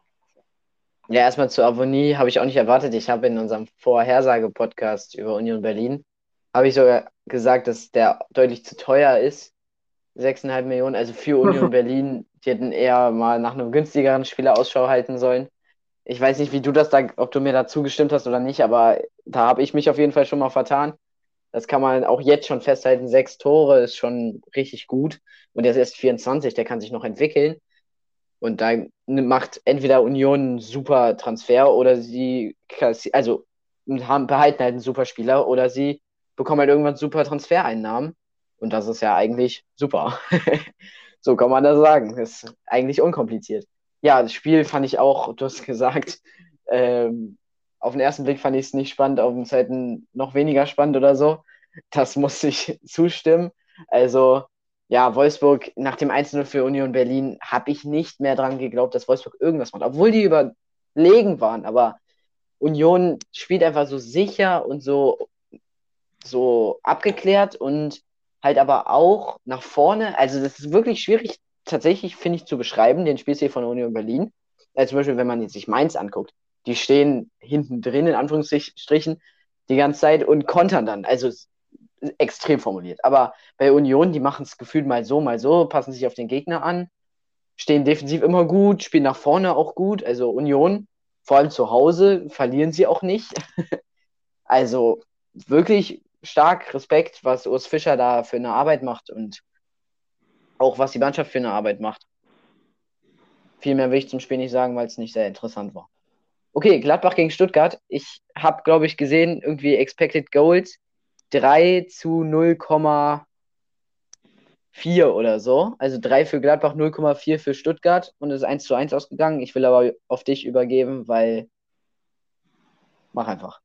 ja, erstmal zu Avonie habe ich auch nicht erwartet. Ich habe in unserem Vorhersage-Podcast über Union Berlin, habe ich sogar gesagt, dass der deutlich zu teuer ist. Sechseinhalb Millionen, also für Union Berlin, die hätten eher mal nach einem günstigeren Spieler Ausschau halten sollen. Ich weiß nicht, wie du das da, ob du mir da zugestimmt hast oder nicht, aber da habe ich mich auf jeden Fall schon mal vertan. Das kann man auch jetzt schon festhalten. Sechs Tore ist schon richtig gut. Und der ist erst vierundzwanzig, der kann sich noch entwickeln. Und da macht entweder Union einen super Transfer oder sie, also haben, behalten halt einen super Spieler oder sie bekommen halt irgendwann super Transfereinnahmen. Und das ist ja eigentlich super. So kann man das sagen. Ist eigentlich unkompliziert. Ja, das Spiel fand ich auch, du hast gesagt, ähm, auf den ersten Blick fand ich es nicht spannend, auf den zweiten noch weniger spannend oder so. Das muss ich zustimmen. Also, ja, Wolfsburg nach dem eins null für Union Berlin habe ich nicht mehr dran geglaubt, dass Wolfsburg irgendwas macht, obwohl die überlegen waren. Aber Union spielt einfach so sicher und so, so abgeklärt und halt aber auch nach vorne. Also, das ist wirklich schwierig, tatsächlich, finde ich, zu beschreiben, den Spielstil von Union Berlin. Also zum Beispiel, wenn man jetzt sich Mainz anguckt, die stehen hinten drin, in Anführungsstrichen, die ganze Zeit und kontern dann. Also extrem formuliert. Aber bei Union, die machen es gefühlt mal so, mal so, passen sich auf den Gegner an, stehen defensiv immer gut, spielen nach vorne auch gut. Also Union, vor allem zu Hause, verlieren sie auch nicht. Also wirklich stark Respekt, was Urs Fischer da für eine Arbeit macht und auch was die Mannschaft für eine Arbeit macht. Viel mehr will ich zum Spiel nicht sagen, weil es nicht sehr interessant war. Okay, Gladbach gegen Stuttgart. Ich habe, glaube ich, gesehen, irgendwie Expected Goals drei zu null Komma vier oder so. Also drei für Gladbach, null Komma vier für Stuttgart und es ist eins zu eins ausgegangen. Ich will aber auf dich übergeben, weil mach einfach.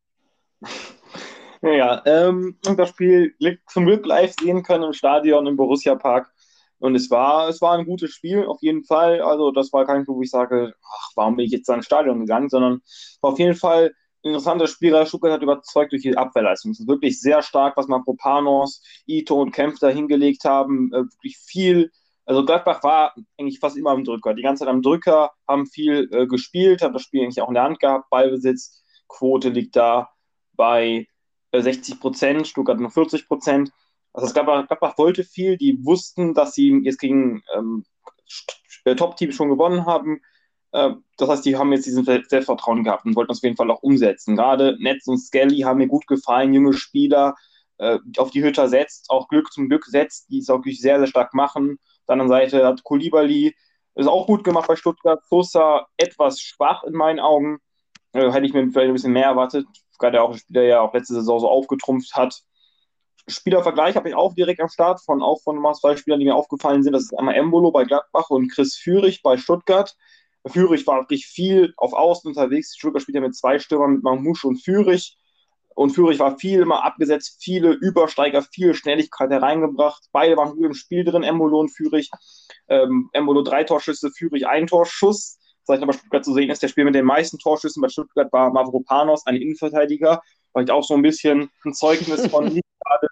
Ja, ähm, und das Spiel zum Glück live sehen können im Stadion im Borussia Park. Und es war, es war ein gutes Spiel, auf jeden Fall. Also, das war kein Spiel, wo ich sage, ach, warum bin ich jetzt da ins Stadion gegangen, sondern war auf jeden Fall ein interessantes Spiel. Stuttgart hat überzeugt durch die Abwehrleistung. Es ist wirklich sehr stark, was Mavropanos, Ito und Kempf da hingelegt haben. Äh, wirklich viel. Also, Gladbach war eigentlich fast immer am Drücker. Die ganze Zeit am Drücker, haben viel äh, gespielt, haben das Spiel eigentlich auch in der Hand gehabt. Ballbesitz, Quote liegt da bei sechzig Prozent, Stuttgart nur vierzig Prozent. Also das Gladbach, Gladbach wollte viel, die wussten, dass sie jetzt gegen ähm, Top-Teams schon gewonnen haben. Äh, das heißt, die haben jetzt diesen Selbstvertrauen gehabt und wollten das auf jeden Fall auch umsetzen. Gerade Netz und Skelly haben mir gut gefallen, junge Spieler, äh, auf die Hütter setzt, auch Glück zum Glück setzt, die es auch wirklich sehr, sehr stark machen. Auf der anderen Seite hat Koulibaly ist auch gut gemacht bei Stuttgart. Sosa etwas schwach in meinen Augen. Äh, hätte ich mir vielleicht ein bisschen mehr erwartet. Gerade auch ein Spieler, der ja auch letzte Saison so aufgetrumpft hat. Spielervergleich habe ich auch direkt am Start von auch von mal zwei Spielern, die mir aufgefallen sind. Das ist einmal Embolo bei Gladbach und Chris Führig bei Stuttgart. Führig war wirklich viel auf Außen unterwegs. Stuttgart spielt ja mit zwei Stürmern, mit Mamouche und Führig. Und Führig war viel immer abgesetzt, viele Übersteiger, viel Schnelligkeit hereingebracht. Beide waren gut im Spiel drin, Embolo und Führig. Ähm, Embolo drei Torschüsse, Führig ein Torschuss. Das heißt, bei Stuttgart zu sehen ist, der Spiel mit den meisten Torschüssen bei Stuttgart war Mavropanos, ein Innenverteidiger. Vielleicht auch so ein bisschen ein Zeugnis von nicht gerade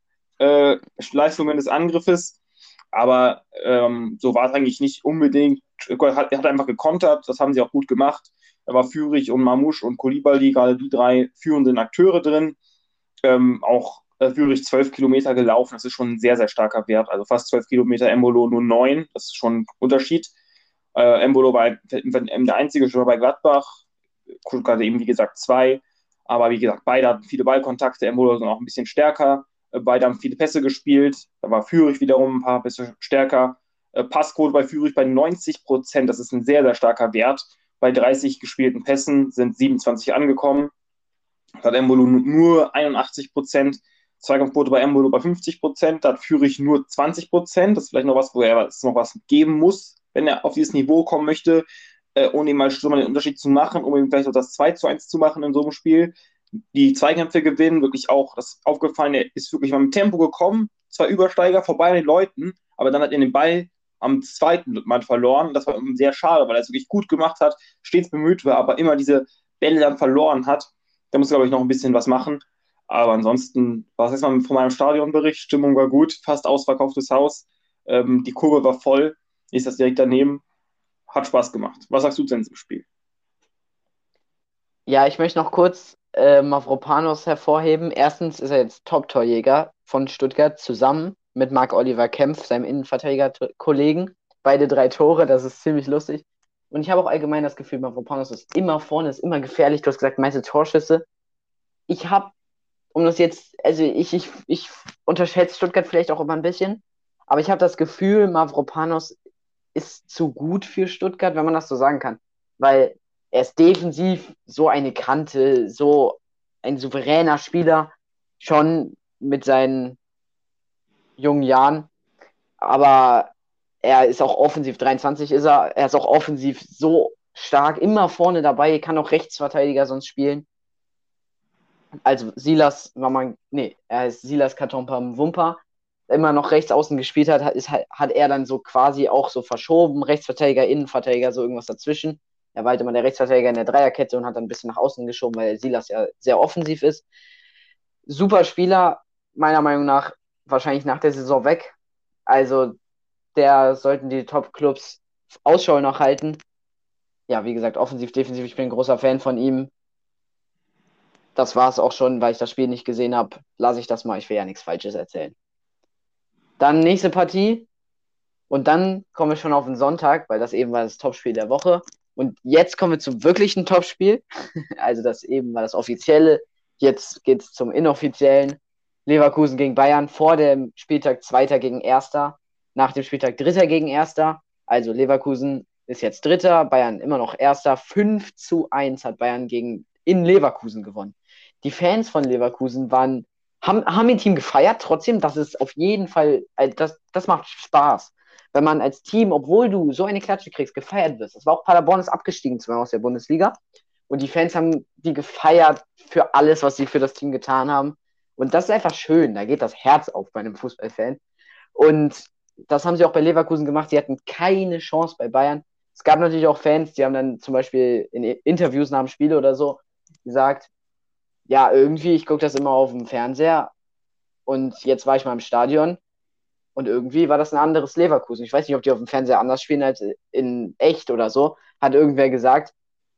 Top-Leistungen äh, des Angriffes. Aber ähm, so war es eigentlich nicht unbedingt. Er hat, er hat einfach gekontert, das haben sie auch gut gemacht. Da war Führig und Mamouche und Koulibaly, gerade die drei führenden Akteure drin. Ähm, auch äh, Führig zwölf Kilometer gelaufen, das ist schon ein sehr, sehr starker Wert. Also fast zwölf Kilometer, Embolo nur neun, das ist schon ein Unterschied. Äh, Embolo war der einzige Stürmer bei Gladbach, gerade eben wie gesagt zwei. Aber wie gesagt, beide hatten viele Ballkontakte, Embolo sind auch ein bisschen stärker. Beide haben viele Pässe gespielt. Da war Führig wiederum ein paar bisschen stärker. Passquote bei Führig bei neunzig Prozent. Das ist ein sehr, sehr starker Wert. Bei dreißig gespielten Pässen sind siebenundzwanzig angekommen. Da hat Embolo nur einundachtzig Prozent. Zweikampfquote bei Embolo bei fünfzig Prozent. Da hat Führig nur zwanzig Prozent. Das ist vielleicht noch was, wo er noch was geben muss, wenn er auf dieses Niveau kommen möchte, ohne ihm mal schon mal den Unterschied zu machen, um ihm vielleicht auch das zwei zu eins zu machen in so einem Spiel. Die Zweikämpfe gewinnen, wirklich auch, das ist aufgefallen, er ist wirklich mal mit Tempo gekommen, zwei Übersteiger vorbei an den Leuten, aber dann hat er den Ball am zweiten Mal verloren. Das war sehr schade, weil er es wirklich gut gemacht hat, stets bemüht war, aber immer diese Bälle dann verloren hat. Da muss, glaube ich, noch ein bisschen was machen. Aber ansonsten war es erstmal von meinem Stadionbericht. Stimmung war gut, fast ausverkauftes Haus. Ähm, die Kurve war voll, ist das direkt daneben. Hat Spaß gemacht. Was sagst du denn zum Spiel? Ja, ich möchte noch kurz äh, Mavropanos hervorheben. Erstens ist er jetzt Top-Torjäger von Stuttgart zusammen mit Marc-Oliver Kempf, seinem Innenverteidiger-Kollegen. Beide drei Tore, das ist ziemlich lustig. Und ich habe auch allgemein das Gefühl, Mavropanos ist immer vorne, ist immer gefährlich. Du hast gesagt, meiste Torschüsse. Ich habe, um das jetzt, also ich, ich, ich unterschätze Stuttgart vielleicht auch immer ein bisschen, aber ich habe das Gefühl, Mavropanos ist zu gut für Stuttgart, wenn man das so sagen kann. Weil er ist defensiv so eine Kante, so ein souveräner Spieler, schon mit seinen jungen Jahren. Aber er ist auch offensiv, dreiundzwanzig ist er, er ist auch offensiv so stark, immer vorne dabei, kann auch Rechtsverteidiger sonst spielen. Also Silas, wenn man, nee, er heißt Silas Katompam Wumpa, immer noch rechts außen gespielt hat, hat, ist, hat er dann so quasi auch so verschoben, Rechtsverteidiger, Innenverteidiger, so irgendwas dazwischen. Er war halt immer der Rechtsverteidiger in der Dreierkette und hat dann ein bisschen nach außen geschoben, weil Silas ja sehr offensiv ist. Super Spieler, meiner Meinung nach wahrscheinlich nach der Saison weg. Also der sollten die Top-Clubs Ausschau noch halten. Ja, wie gesagt, offensiv, defensiv, ich bin ein großer Fan von ihm. Das war es auch schon, weil ich das Spiel nicht gesehen habe. Lasse ich das mal, ich will ja nichts Falsches erzählen. Dann nächste Partie. Und dann kommen wir schon auf den Sonntag, weil das eben war das Topspiel der Woche. Und jetzt kommen wir zum wirklichen Topspiel. Also das eben war das offizielle. Jetzt geht es zum inoffiziellen. Leverkusen gegen Bayern. Vor dem Spieltag Zweiter gegen Erster. Nach dem Spieltag Dritter gegen Erster. Also Leverkusen ist jetzt Dritter, Bayern immer noch Erster. fünf zu eins hat Bayern gegen in Leverkusen gewonnen. Die Fans von Leverkusen waren, haben, haben ihr Team gefeiert. Trotzdem, das ist auf jeden Fall, das, das macht Spaß. Wenn man als Team, obwohl du so eine Klatsche kriegst, gefeiert wirst. Das war auch Paderborn ist abgestiegen, zwar aus der Bundesliga. Und die Fans haben die gefeiert für alles, was sie für das Team getan haben. Und das ist einfach schön. Da geht das Herz auf bei einem Fußballfan. Und das haben sie auch bei Leverkusen gemacht. Sie hatten keine Chance bei Bayern. Es gab natürlich auch Fans, die haben dann zum Beispiel in Interviews nach dem Spiel oder so gesagt, ja, irgendwie, ich gucke das immer auf dem Fernseher und jetzt war ich mal im Stadion und irgendwie war das ein anderes Leverkusen. Ich weiß nicht, ob die auf dem Fernseher anders spielen als in echt oder so, hat irgendwer gesagt.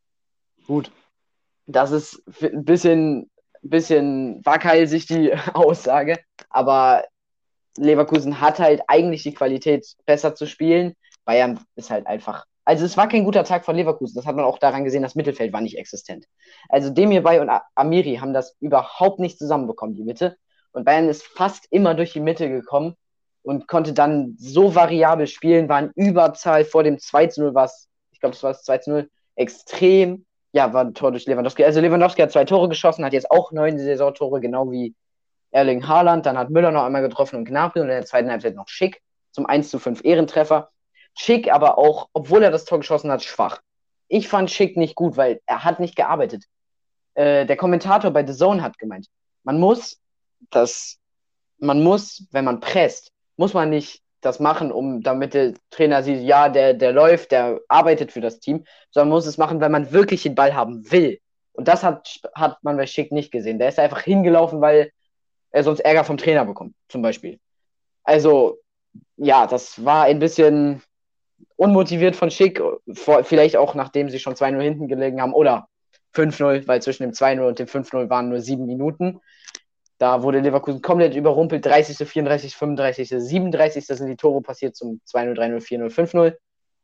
Gut, das ist ein bisschen, bisschen waghalsig die Aussage, aber Leverkusen hat halt eigentlich die Qualität, besser zu spielen. Bayern ist halt einfach. Also es war kein guter Tag von Leverkusen. Das hat man auch daran gesehen, das Mittelfeld war nicht existent. Also Demirbay und Amiri haben das überhaupt nicht zusammenbekommen, die Mitte. Und Bayern ist fast immer durch die Mitte gekommen und konnte dann so variabel spielen, war in Überzahl vor dem zwei zu null, was, ich glaube, das war das zwei zu null, extrem. Ja, war ein Tor durch Lewandowski. Also Lewandowski hat zwei Tore geschossen, hat jetzt auch neun Saisontore, genau wie Erling Haaland, dann hat Müller noch einmal getroffen und Gnabry und in der zweiten Halbzeit noch Schick zum eins zu fünf Ehrentreffer. Schick aber auch, obwohl er das Tor geschossen hat, schwach. Ich fand Schick nicht gut, weil er hat nicht gearbeitet. Äh, der Kommentator bei The Zone hat gemeint, man muss das, man muss, wenn man presst, muss man nicht das machen, um damit der Trainer sieht, ja, der, der läuft, der arbeitet für das Team, sondern man muss es machen, weil man wirklich den Ball haben will. Und das hat, hat man bei Schick nicht gesehen. Der ist einfach hingelaufen, weil er sonst Ärger vom Trainer bekommt, zum Beispiel. Also, ja, das war ein bisschen unmotiviert von Schick, vielleicht auch nachdem sie schon zwei null hinten gelegen haben oder fünf null, weil zwischen dem zwei null und dem fünf null waren nur sieben Minuten. Da wurde Leverkusen komplett überrumpelt, dreißigste, vierunddreißigste, fünfunddreißigste, siebenunddreißigste sind die Tore passiert zum zwei null, drei null, vier null, fünf null.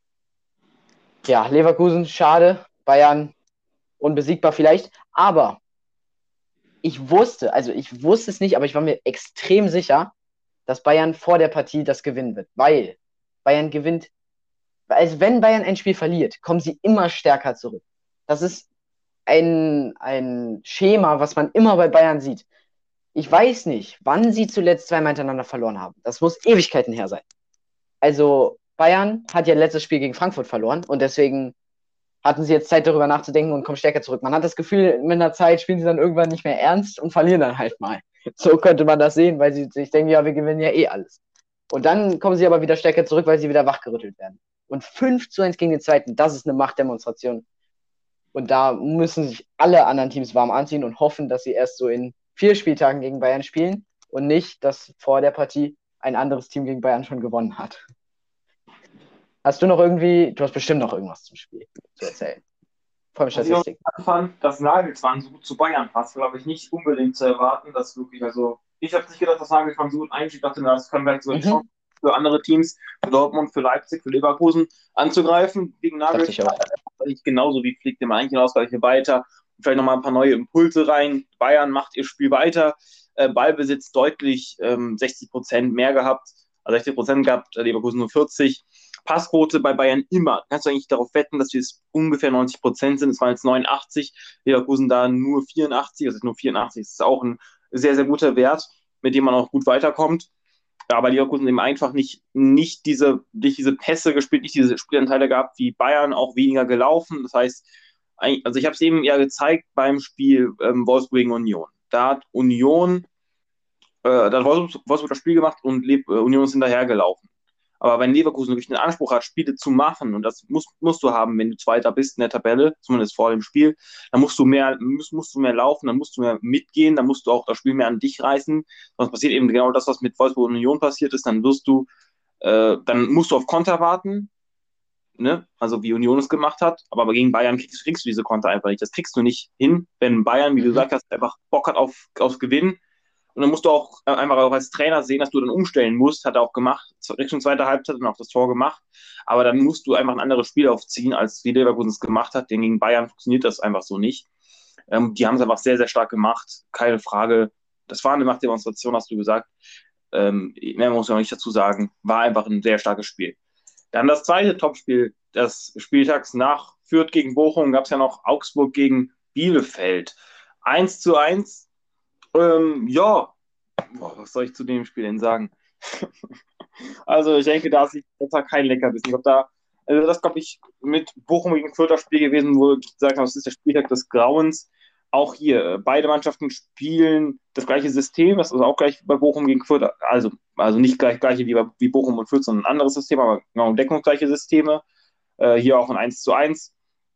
Ja, Leverkusen, schade, Bayern unbesiegbar vielleicht, aber ich wusste, also ich wusste es nicht, aber ich war mir extrem sicher, dass Bayern vor der Partie das gewinnen wird, weil Bayern gewinnt, also wenn Bayern ein Spiel verliert, kommen sie immer stärker zurück. Das ist ein, ein Schema, was man immer bei Bayern sieht. Ich weiß nicht, wann sie zuletzt zweimal hintereinander verloren haben. Das muss Ewigkeiten her sein. Also Bayern hat ja letztes Spiel gegen Frankfurt verloren und deswegen hatten sie jetzt Zeit, darüber nachzudenken und kommen stärker zurück. Man hat das Gefühl, mit einer Zeit spielen sie dann irgendwann nicht mehr ernst und verlieren dann halt mal. So könnte man das sehen, weil sie sich denken, ja, wir gewinnen ja eh alles. Und dann kommen sie aber wieder stärker zurück, weil sie wieder wachgerüttelt werden. Und fünf zu eins gegen den Zweiten, das ist eine Machtdemonstration. Und da müssen sich alle anderen Teams warm anziehen und hoffen, dass sie erst so in vier Spieltagen gegen Bayern spielen und nicht, dass vor der Partie ein anderes Team gegen Bayern schon gewonnen hat. Hast du noch irgendwie, du hast bestimmt noch irgendwas zum Spiel zu erzählen. Vor allem Statistik. Ich fand, dass Nagelsmann so gut zu Bayern passt, glaube ich, nicht unbedingt zu erwarten, dass wirklich, also ich habe nicht gedacht, dass Nagelsmann so gut einsteigt. Ich dachte, das können wir so eine Chance für andere Teams, für Dortmund, für Leipzig, für Leverkusen anzugreifen gegen Nagelsmann. Ich genauso wie fliegt dem eigentlich Ausgleich weiter. Vielleicht nochmal ein paar neue Impulse rein. Bayern macht ihr Spiel weiter. Äh, Ballbesitz deutlich ähm, sechzig Prozent mehr gehabt, also sechzig Prozent gehabt, Leverkusen nur vierzig. Passquote bei Bayern immer. Kannst du eigentlich darauf wetten, dass wir es ungefähr neunzig Prozent sind. Es waren jetzt neunundachtzig, Leverkusen da nur vierundachtzig, also nur vierundachtzig. Das ist auch ein sehr, sehr guter Wert, mit dem man auch gut weiterkommt. aber Leverkusen eben einfach nicht, nicht, diese, nicht diese Pässe gespielt, nicht diese Spielanteile gehabt wie Bayern, auch weniger gelaufen. Das heißt, also ich habe es eben eher gezeigt beim Spiel ähm, Wolfsburg gegen Union. Da hat Union, äh, da hat Wolfsburg, Wolfsburg das Spiel gemacht und Le äh, Union ist hinterhergelaufen. Aber wenn Leverkusen wirklich den Anspruch hat, Spiele zu machen, und das musst, musst du haben, wenn du Zweiter bist in der Tabelle, zumindest vor dem Spiel, dann musst du mehr, musst, musst du mehr laufen, dann musst du mehr mitgehen, dann musst du auch das Spiel mehr an dich reißen. Sonst passiert eben genau das, was mit Wolfsburg und Union passiert ist, dann wirst du, äh, dann musst du auf Konter warten, ne? Also wie Union es gemacht hat, aber gegen Bayern kriegst, kriegst du diese Konter einfach nicht. Das kriegst du nicht hin, wenn Bayern, wie du Mhm. gesagt hast, einfach Bock hat auf, aufs Gewinnen. Und dann musst du auch äh, einfach auch als Trainer sehen, dass du dann umstellen musst. Hat er auch gemacht. Richtung zweite Halbzeit und auch das Tor gemacht. Aber dann musst du einfach ein anderes Spiel aufziehen, als wie Leverkusen es gemacht hat. Denn gegen Bayern funktioniert das einfach so nicht. Ähm, die haben es einfach sehr, sehr stark gemacht. Keine Frage. Das war eine Machtdemonstration, hast du gesagt. Ähm, mehr muss man nicht dazu sagen. War einfach ein sehr starkes Spiel. Dann das zweite Topspiel des Spieltags nach Fürth gegen Bochum gab es ja noch Augsburg gegen Bielefeld. Eins zu eins. Ähm, ja, boah, was soll ich zu dem Spiel denn sagen? Also ich denke, da ist das war kein Leckerbissen. Ich glaube, da, also das glaube ich mit Bochum gegen Fürth das Spiel gewesen, wo ich gesagt habe, es ist der Spieltag des Grauens. Auch hier, äh, beide Mannschaften spielen das gleiche System, das ist auch gleich wie bei Bochum gegen Fürth, also, also nicht gleich gleiche wie, bei, wie Bochum und Fürth, sondern ein anderes System, aber genau deckungsgleiche Systeme. Äh, hier auch ein eins zu eins.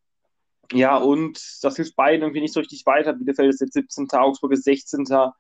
Ja, und das hilft beiden irgendwie nicht so richtig weiter. Bielefeld ist jetzt siebzehnter. Augsburg ist sechzehnter.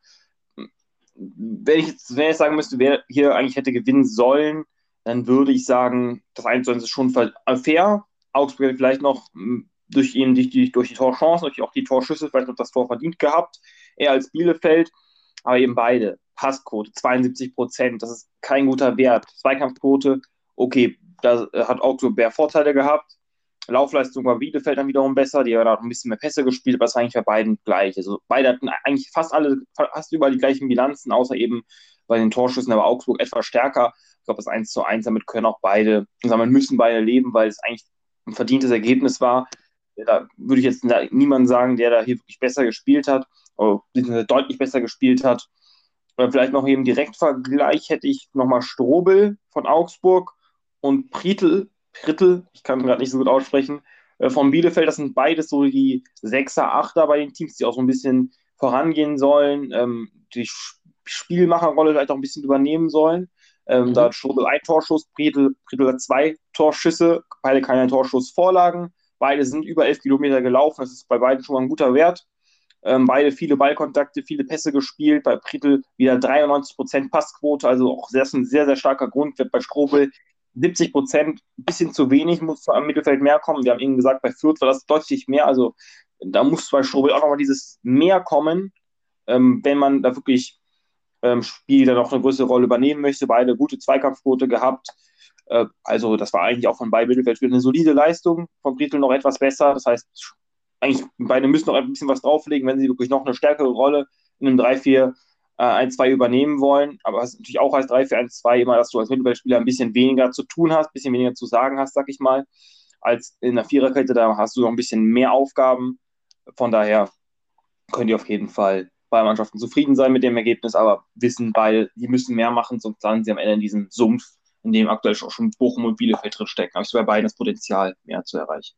Wenn ich jetzt, wenn ich sagen müsste, wer hier eigentlich hätte gewinnen sollen, dann würde ich sagen, das eins zu eins ist schon fair. Augsburg hätte vielleicht noch m, durch, ihn, durch, die, durch die Torchancen, durch auch die Torschüsse vielleicht noch das Tor verdient gehabt, eher als Bielefeld. Aber eben beide. Passquote zweiundsiebzig Prozent, das ist kein guter Wert. Zweikampfquote, okay, da hat Augsburg mehr Vorteile gehabt. Laufleistung war Bielefeld dann wiederum besser, die haben auch ein bisschen mehr Pässe gespielt, aber es war eigentlich bei beiden gleich. Also beide hatten eigentlich fast alle, fast überall die gleichen Bilanzen, außer eben bei den Torschüssen, aber Augsburg etwas stärker. Ich glaube, das eins zu eins, damit können auch beide, damit müssen beide leben, weil es eigentlich ein verdientes Ergebnis war. Da würde ich jetzt niemanden sagen, der da hier wirklich besser gespielt hat, oder deutlich besser gespielt hat. Oder vielleicht noch eben Direktvergleich hätte ich nochmal Strobel von Augsburg und Prietl, Prietl, ich kann gerade nicht so gut aussprechen, äh, von Bielefeld. Das sind beides so die Sechser, Achter bei den Teams, die auch so ein bisschen vorangehen sollen, ähm, die Spielmacherrolle vielleicht auch ein bisschen übernehmen sollen. Ähm, da Mhm. hat Strobel ein Torschuss, Prietl, Prietl hat zwei Torschüsse, beide keine Torschussvorlagen. Beide sind über elf Kilometer gelaufen, das ist bei beiden schon mal ein guter Wert. Ähm, beide viele Ballkontakte, viele Pässe gespielt. Bei Prietl wieder dreiundneunzig Prozent Passquote, also auch sehr, ein sehr, sehr starker Grundwert. Bei Strobel siebzig Prozent, ein bisschen zu wenig, muss am Mittelfeld mehr kommen. Wir haben eben gesagt, bei Fürth war das deutlich mehr. Also da muss bei Strobel auch nochmal dieses Mehr kommen, ähm, wenn man da wirklich ähm, Spiel dann noch eine größere Rolle übernehmen möchte. Beide gute Zweikampfquote gehabt. Äh, also das war eigentlich auch von beiden Mittelfeldspielern eine solide Leistung. Von Prietl noch etwas besser. Das heißt, eigentlich beide müssen noch ein bisschen was drauflegen, wenn sie wirklich noch eine stärkere Rolle in einem drei vier eins zwei übernehmen wollen. Aber was natürlich auch heißt drei vier eins zwei immer, dass du als Mittelfeldspieler ein bisschen weniger zu tun hast, ein bisschen weniger zu sagen hast, sag ich mal, als in der Viererkette. Da hast du noch ein bisschen mehr Aufgaben. Von daher können die auf jeden Fall beide Mannschaften zufrieden sein mit dem Ergebnis, aber wissen beide, die müssen mehr machen, sonst landen sie am Ende in diesem Sumpf, in dem aktuell schon Bochum und Bielefeld drin stecken. Aber ich sehe bei beiden das Potenzial, mehr zu erreichen.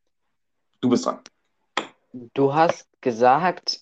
Du bist dran. Du hast gesagt,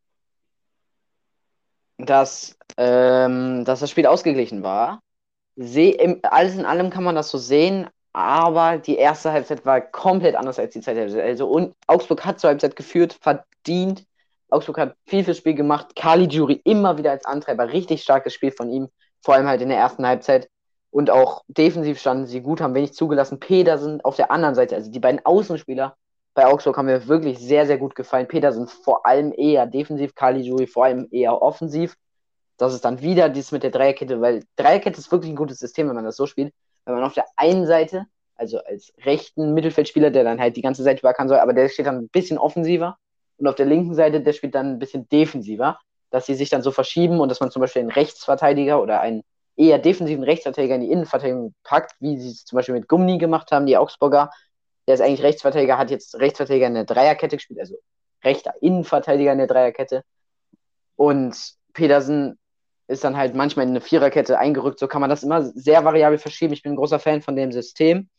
dass, ähm, dass das Spiel ausgeglichen war. Seh, im, alles in allem kann man das so sehen, aber die erste Halbzeit war komplett anders als die zweite Halbzeit. Also und Augsburg hat zur Halbzeit geführt, verdient. Augsburg hat viel fürs Spiel gemacht. Caligiuri immer wieder als Antreiber, richtig starkes Spiel von ihm, vor allem halt in der ersten Halbzeit. Und auch defensiv standen sie gut, haben wenig zugelassen. Pedersen auf der anderen Seite, also die beiden Außenspieler bei Augsburg haben mir wirklich sehr, sehr gut gefallen. Pedersen vor allem eher defensiv, Caligiuri vor allem eher offensiv. Das ist dann wieder dies mit der Dreierkette, weil Dreierkette ist wirklich ein gutes System, wenn man das so spielt. Wenn man auf der einen Seite, also als rechten Mittelfeldspieler, der dann halt die ganze Seite überkann soll, aber der steht dann ein bisschen offensiver. Und auf der linken Seite, der spielt dann ein bisschen defensiver, dass sie sich dann so verschieben und dass man zum Beispiel einen Rechtsverteidiger oder einen eher defensiven Rechtsverteidiger in die Innenverteidigung packt, wie sie es zum Beispiel mit Gumni gemacht haben, die Augsburger. Der ist eigentlich Rechtsverteidiger, hat jetzt Rechtsverteidiger in der Dreierkette gespielt, also rechter Innenverteidiger in der Dreierkette. Und Pedersen ist dann halt manchmal in eine Viererkette eingerückt. So kann man das immer sehr variabel verschieben. Ich bin ein großer Fan von dem System.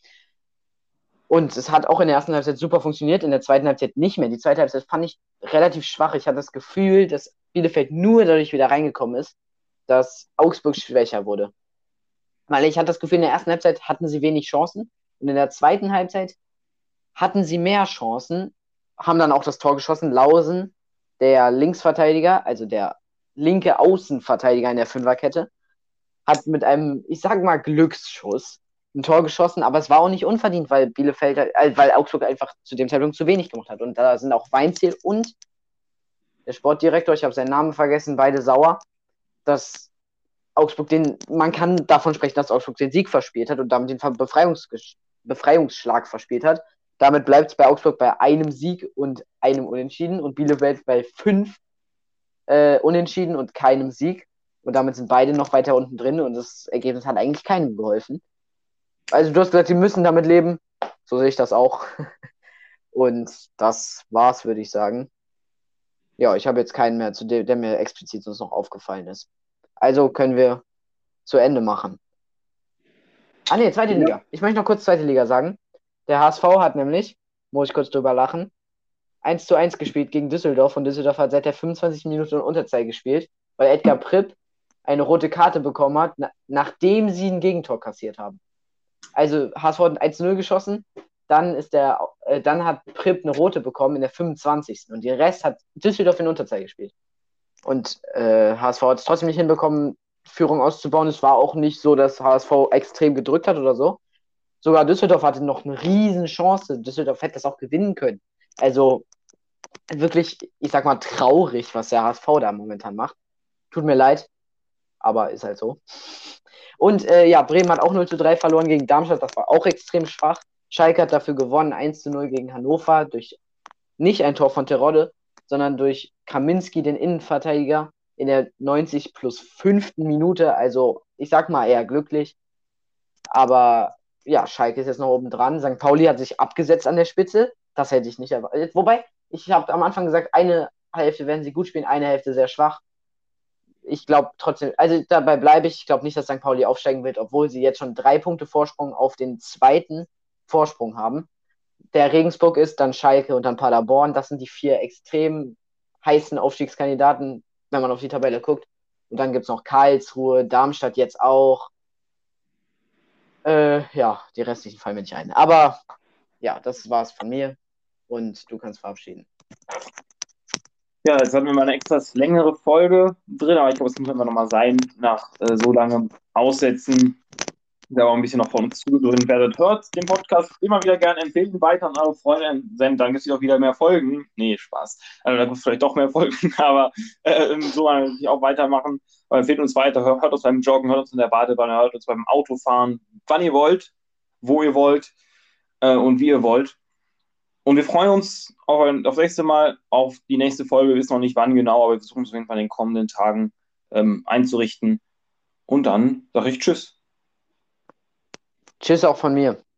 Und es hat auch in der ersten Halbzeit super funktioniert, in der zweiten Halbzeit nicht mehr. Die zweite Halbzeit fand ich relativ schwach. Ich hatte das Gefühl, dass Bielefeld nur dadurch wieder reingekommen ist, dass Augsburg schwächer wurde. Weil ich hatte das Gefühl, in der ersten Halbzeit hatten sie wenig Chancen und in der zweiten Halbzeit hatten sie mehr Chancen, haben dann auch das Tor geschossen. Lausen, der Linksverteidiger, also der linke Außenverteidiger in der Fünferkette, hat mit einem, ich sag mal, Glücksschuss ein Tor geschossen, aber es war auch nicht unverdient, weil Bielefeld, äh, weil Augsburg einfach zu dem Zeitpunkt zu wenig gemacht hat. Und da sind auch Weinziel und der Sportdirektor, ich habe seinen Namen vergessen, beide sauer, dass Augsburg den, man kann davon sprechen, dass Augsburg den Sieg verspielt hat und damit den Befreiungs Befreiungsschlag verspielt hat. Damit bleibt es bei Augsburg bei einem Sieg und einem Unentschieden und Bielefeld bei fünf äh, Unentschieden und keinem Sieg. Und damit sind beide noch weiter unten drin und das Ergebnis hat eigentlich keinem geholfen. Also du hast gesagt, sie müssen damit leben. So sehe ich das auch. Und das war's, würde ich sagen. Ja, ich habe jetzt keinen mehr, zu dem, der mir explizit sonst noch aufgefallen ist. Also können wir zu Ende machen. Ah ne, zweite Ja. Liga. Ich möchte noch kurz zweite Liga sagen. Der H S V hat nämlich, muss ich kurz drüber lachen, eins zu eins gespielt gegen Düsseldorf und Düsseldorf hat seit der fünfundzwanzigsten Minute in Unterzahl gespielt, weil Edgar Pripp eine rote Karte bekommen hat, na- nachdem sie ein Gegentor kassiert haben. Also H S V hat eins zu null geschossen, dann ist der, äh, dann hat Pripp eine rote bekommen in der fünfundzwanzigsten und den Rest hat Düsseldorf in Unterzahl gespielt. Und äh, H S V hat es trotzdem nicht hinbekommen, Führung auszubauen. Es war auch nicht so, dass H S V extrem gedrückt hat oder so. Sogar Düsseldorf hatte noch eine riesen Chance. Düsseldorf hätte das auch gewinnen können. Also wirklich, ich sag mal, traurig, was der H S V da momentan macht. Tut mir leid, aber ist halt so. Und äh, ja, Bremen hat auch null zu drei verloren gegen Darmstadt. Das war auch extrem schwach. Schalke hat dafür gewonnen, eins zu null gegen Hannover durch nicht ein Tor von Terodde, sondern durch Kaminski, den Innenverteidiger, in der neunzig plus fünften Minute. Also, ich sag mal eher glücklich. Aber ja, Schalke ist jetzt noch oben dran. Sankt Pauli hat sich abgesetzt an der Spitze. Das hätte ich nicht erwartet. Wobei, ich habe am Anfang gesagt, eine Hälfte werden sie gut spielen, eine Hälfte sehr schwach. Ich glaube trotzdem, also dabei bleibe ich. Ich glaube nicht, dass Sankt Pauli aufsteigen wird, obwohl sie jetzt schon drei Punkte Vorsprung auf den zweiten Vorsprung haben. Der Regensburg ist, dann Schalke und dann Paderborn. Das sind die vier extrem heißen Aufstiegskandidaten, wenn man auf die Tabelle guckt. Und dann gibt es noch Karlsruhe, Darmstadt jetzt auch. Äh, ja, die restlichen fallen mir nicht ein. Aber ja, das war's von mir. Und du kannst verabschieden. Ja, jetzt hatten wir mal eine etwas längere Folge drin, aber ich glaube, es muss einfach nochmal sein, nach äh, so langem Aussetzen, da auch ein bisschen noch von uns zugehören werdet. Hört den Podcast immer wieder gerne, empfehlen weiter an eure Freunde, denn dann gibt es auch wieder mehr Folgen. Nee, Spaß. Also da gibt es vielleicht doch mehr Folgen, aber äh, so natürlich auch weitermachen. Aber empfehlt uns weiter, hört, hört uns beim Joggen, hört uns in der Badewanne, hört uns beim Autofahren, wann ihr wollt, wo ihr wollt äh, und wie ihr wollt. Und wir freuen uns auf, ein, auf das nächste Mal, auf die nächste Folge. Wir wissen noch nicht wann genau, aber wir versuchen es auf jeden Fall in den kommenden Tagen ähm, einzurichten. Und dann sage ich Tschüss. Tschüss auch von mir.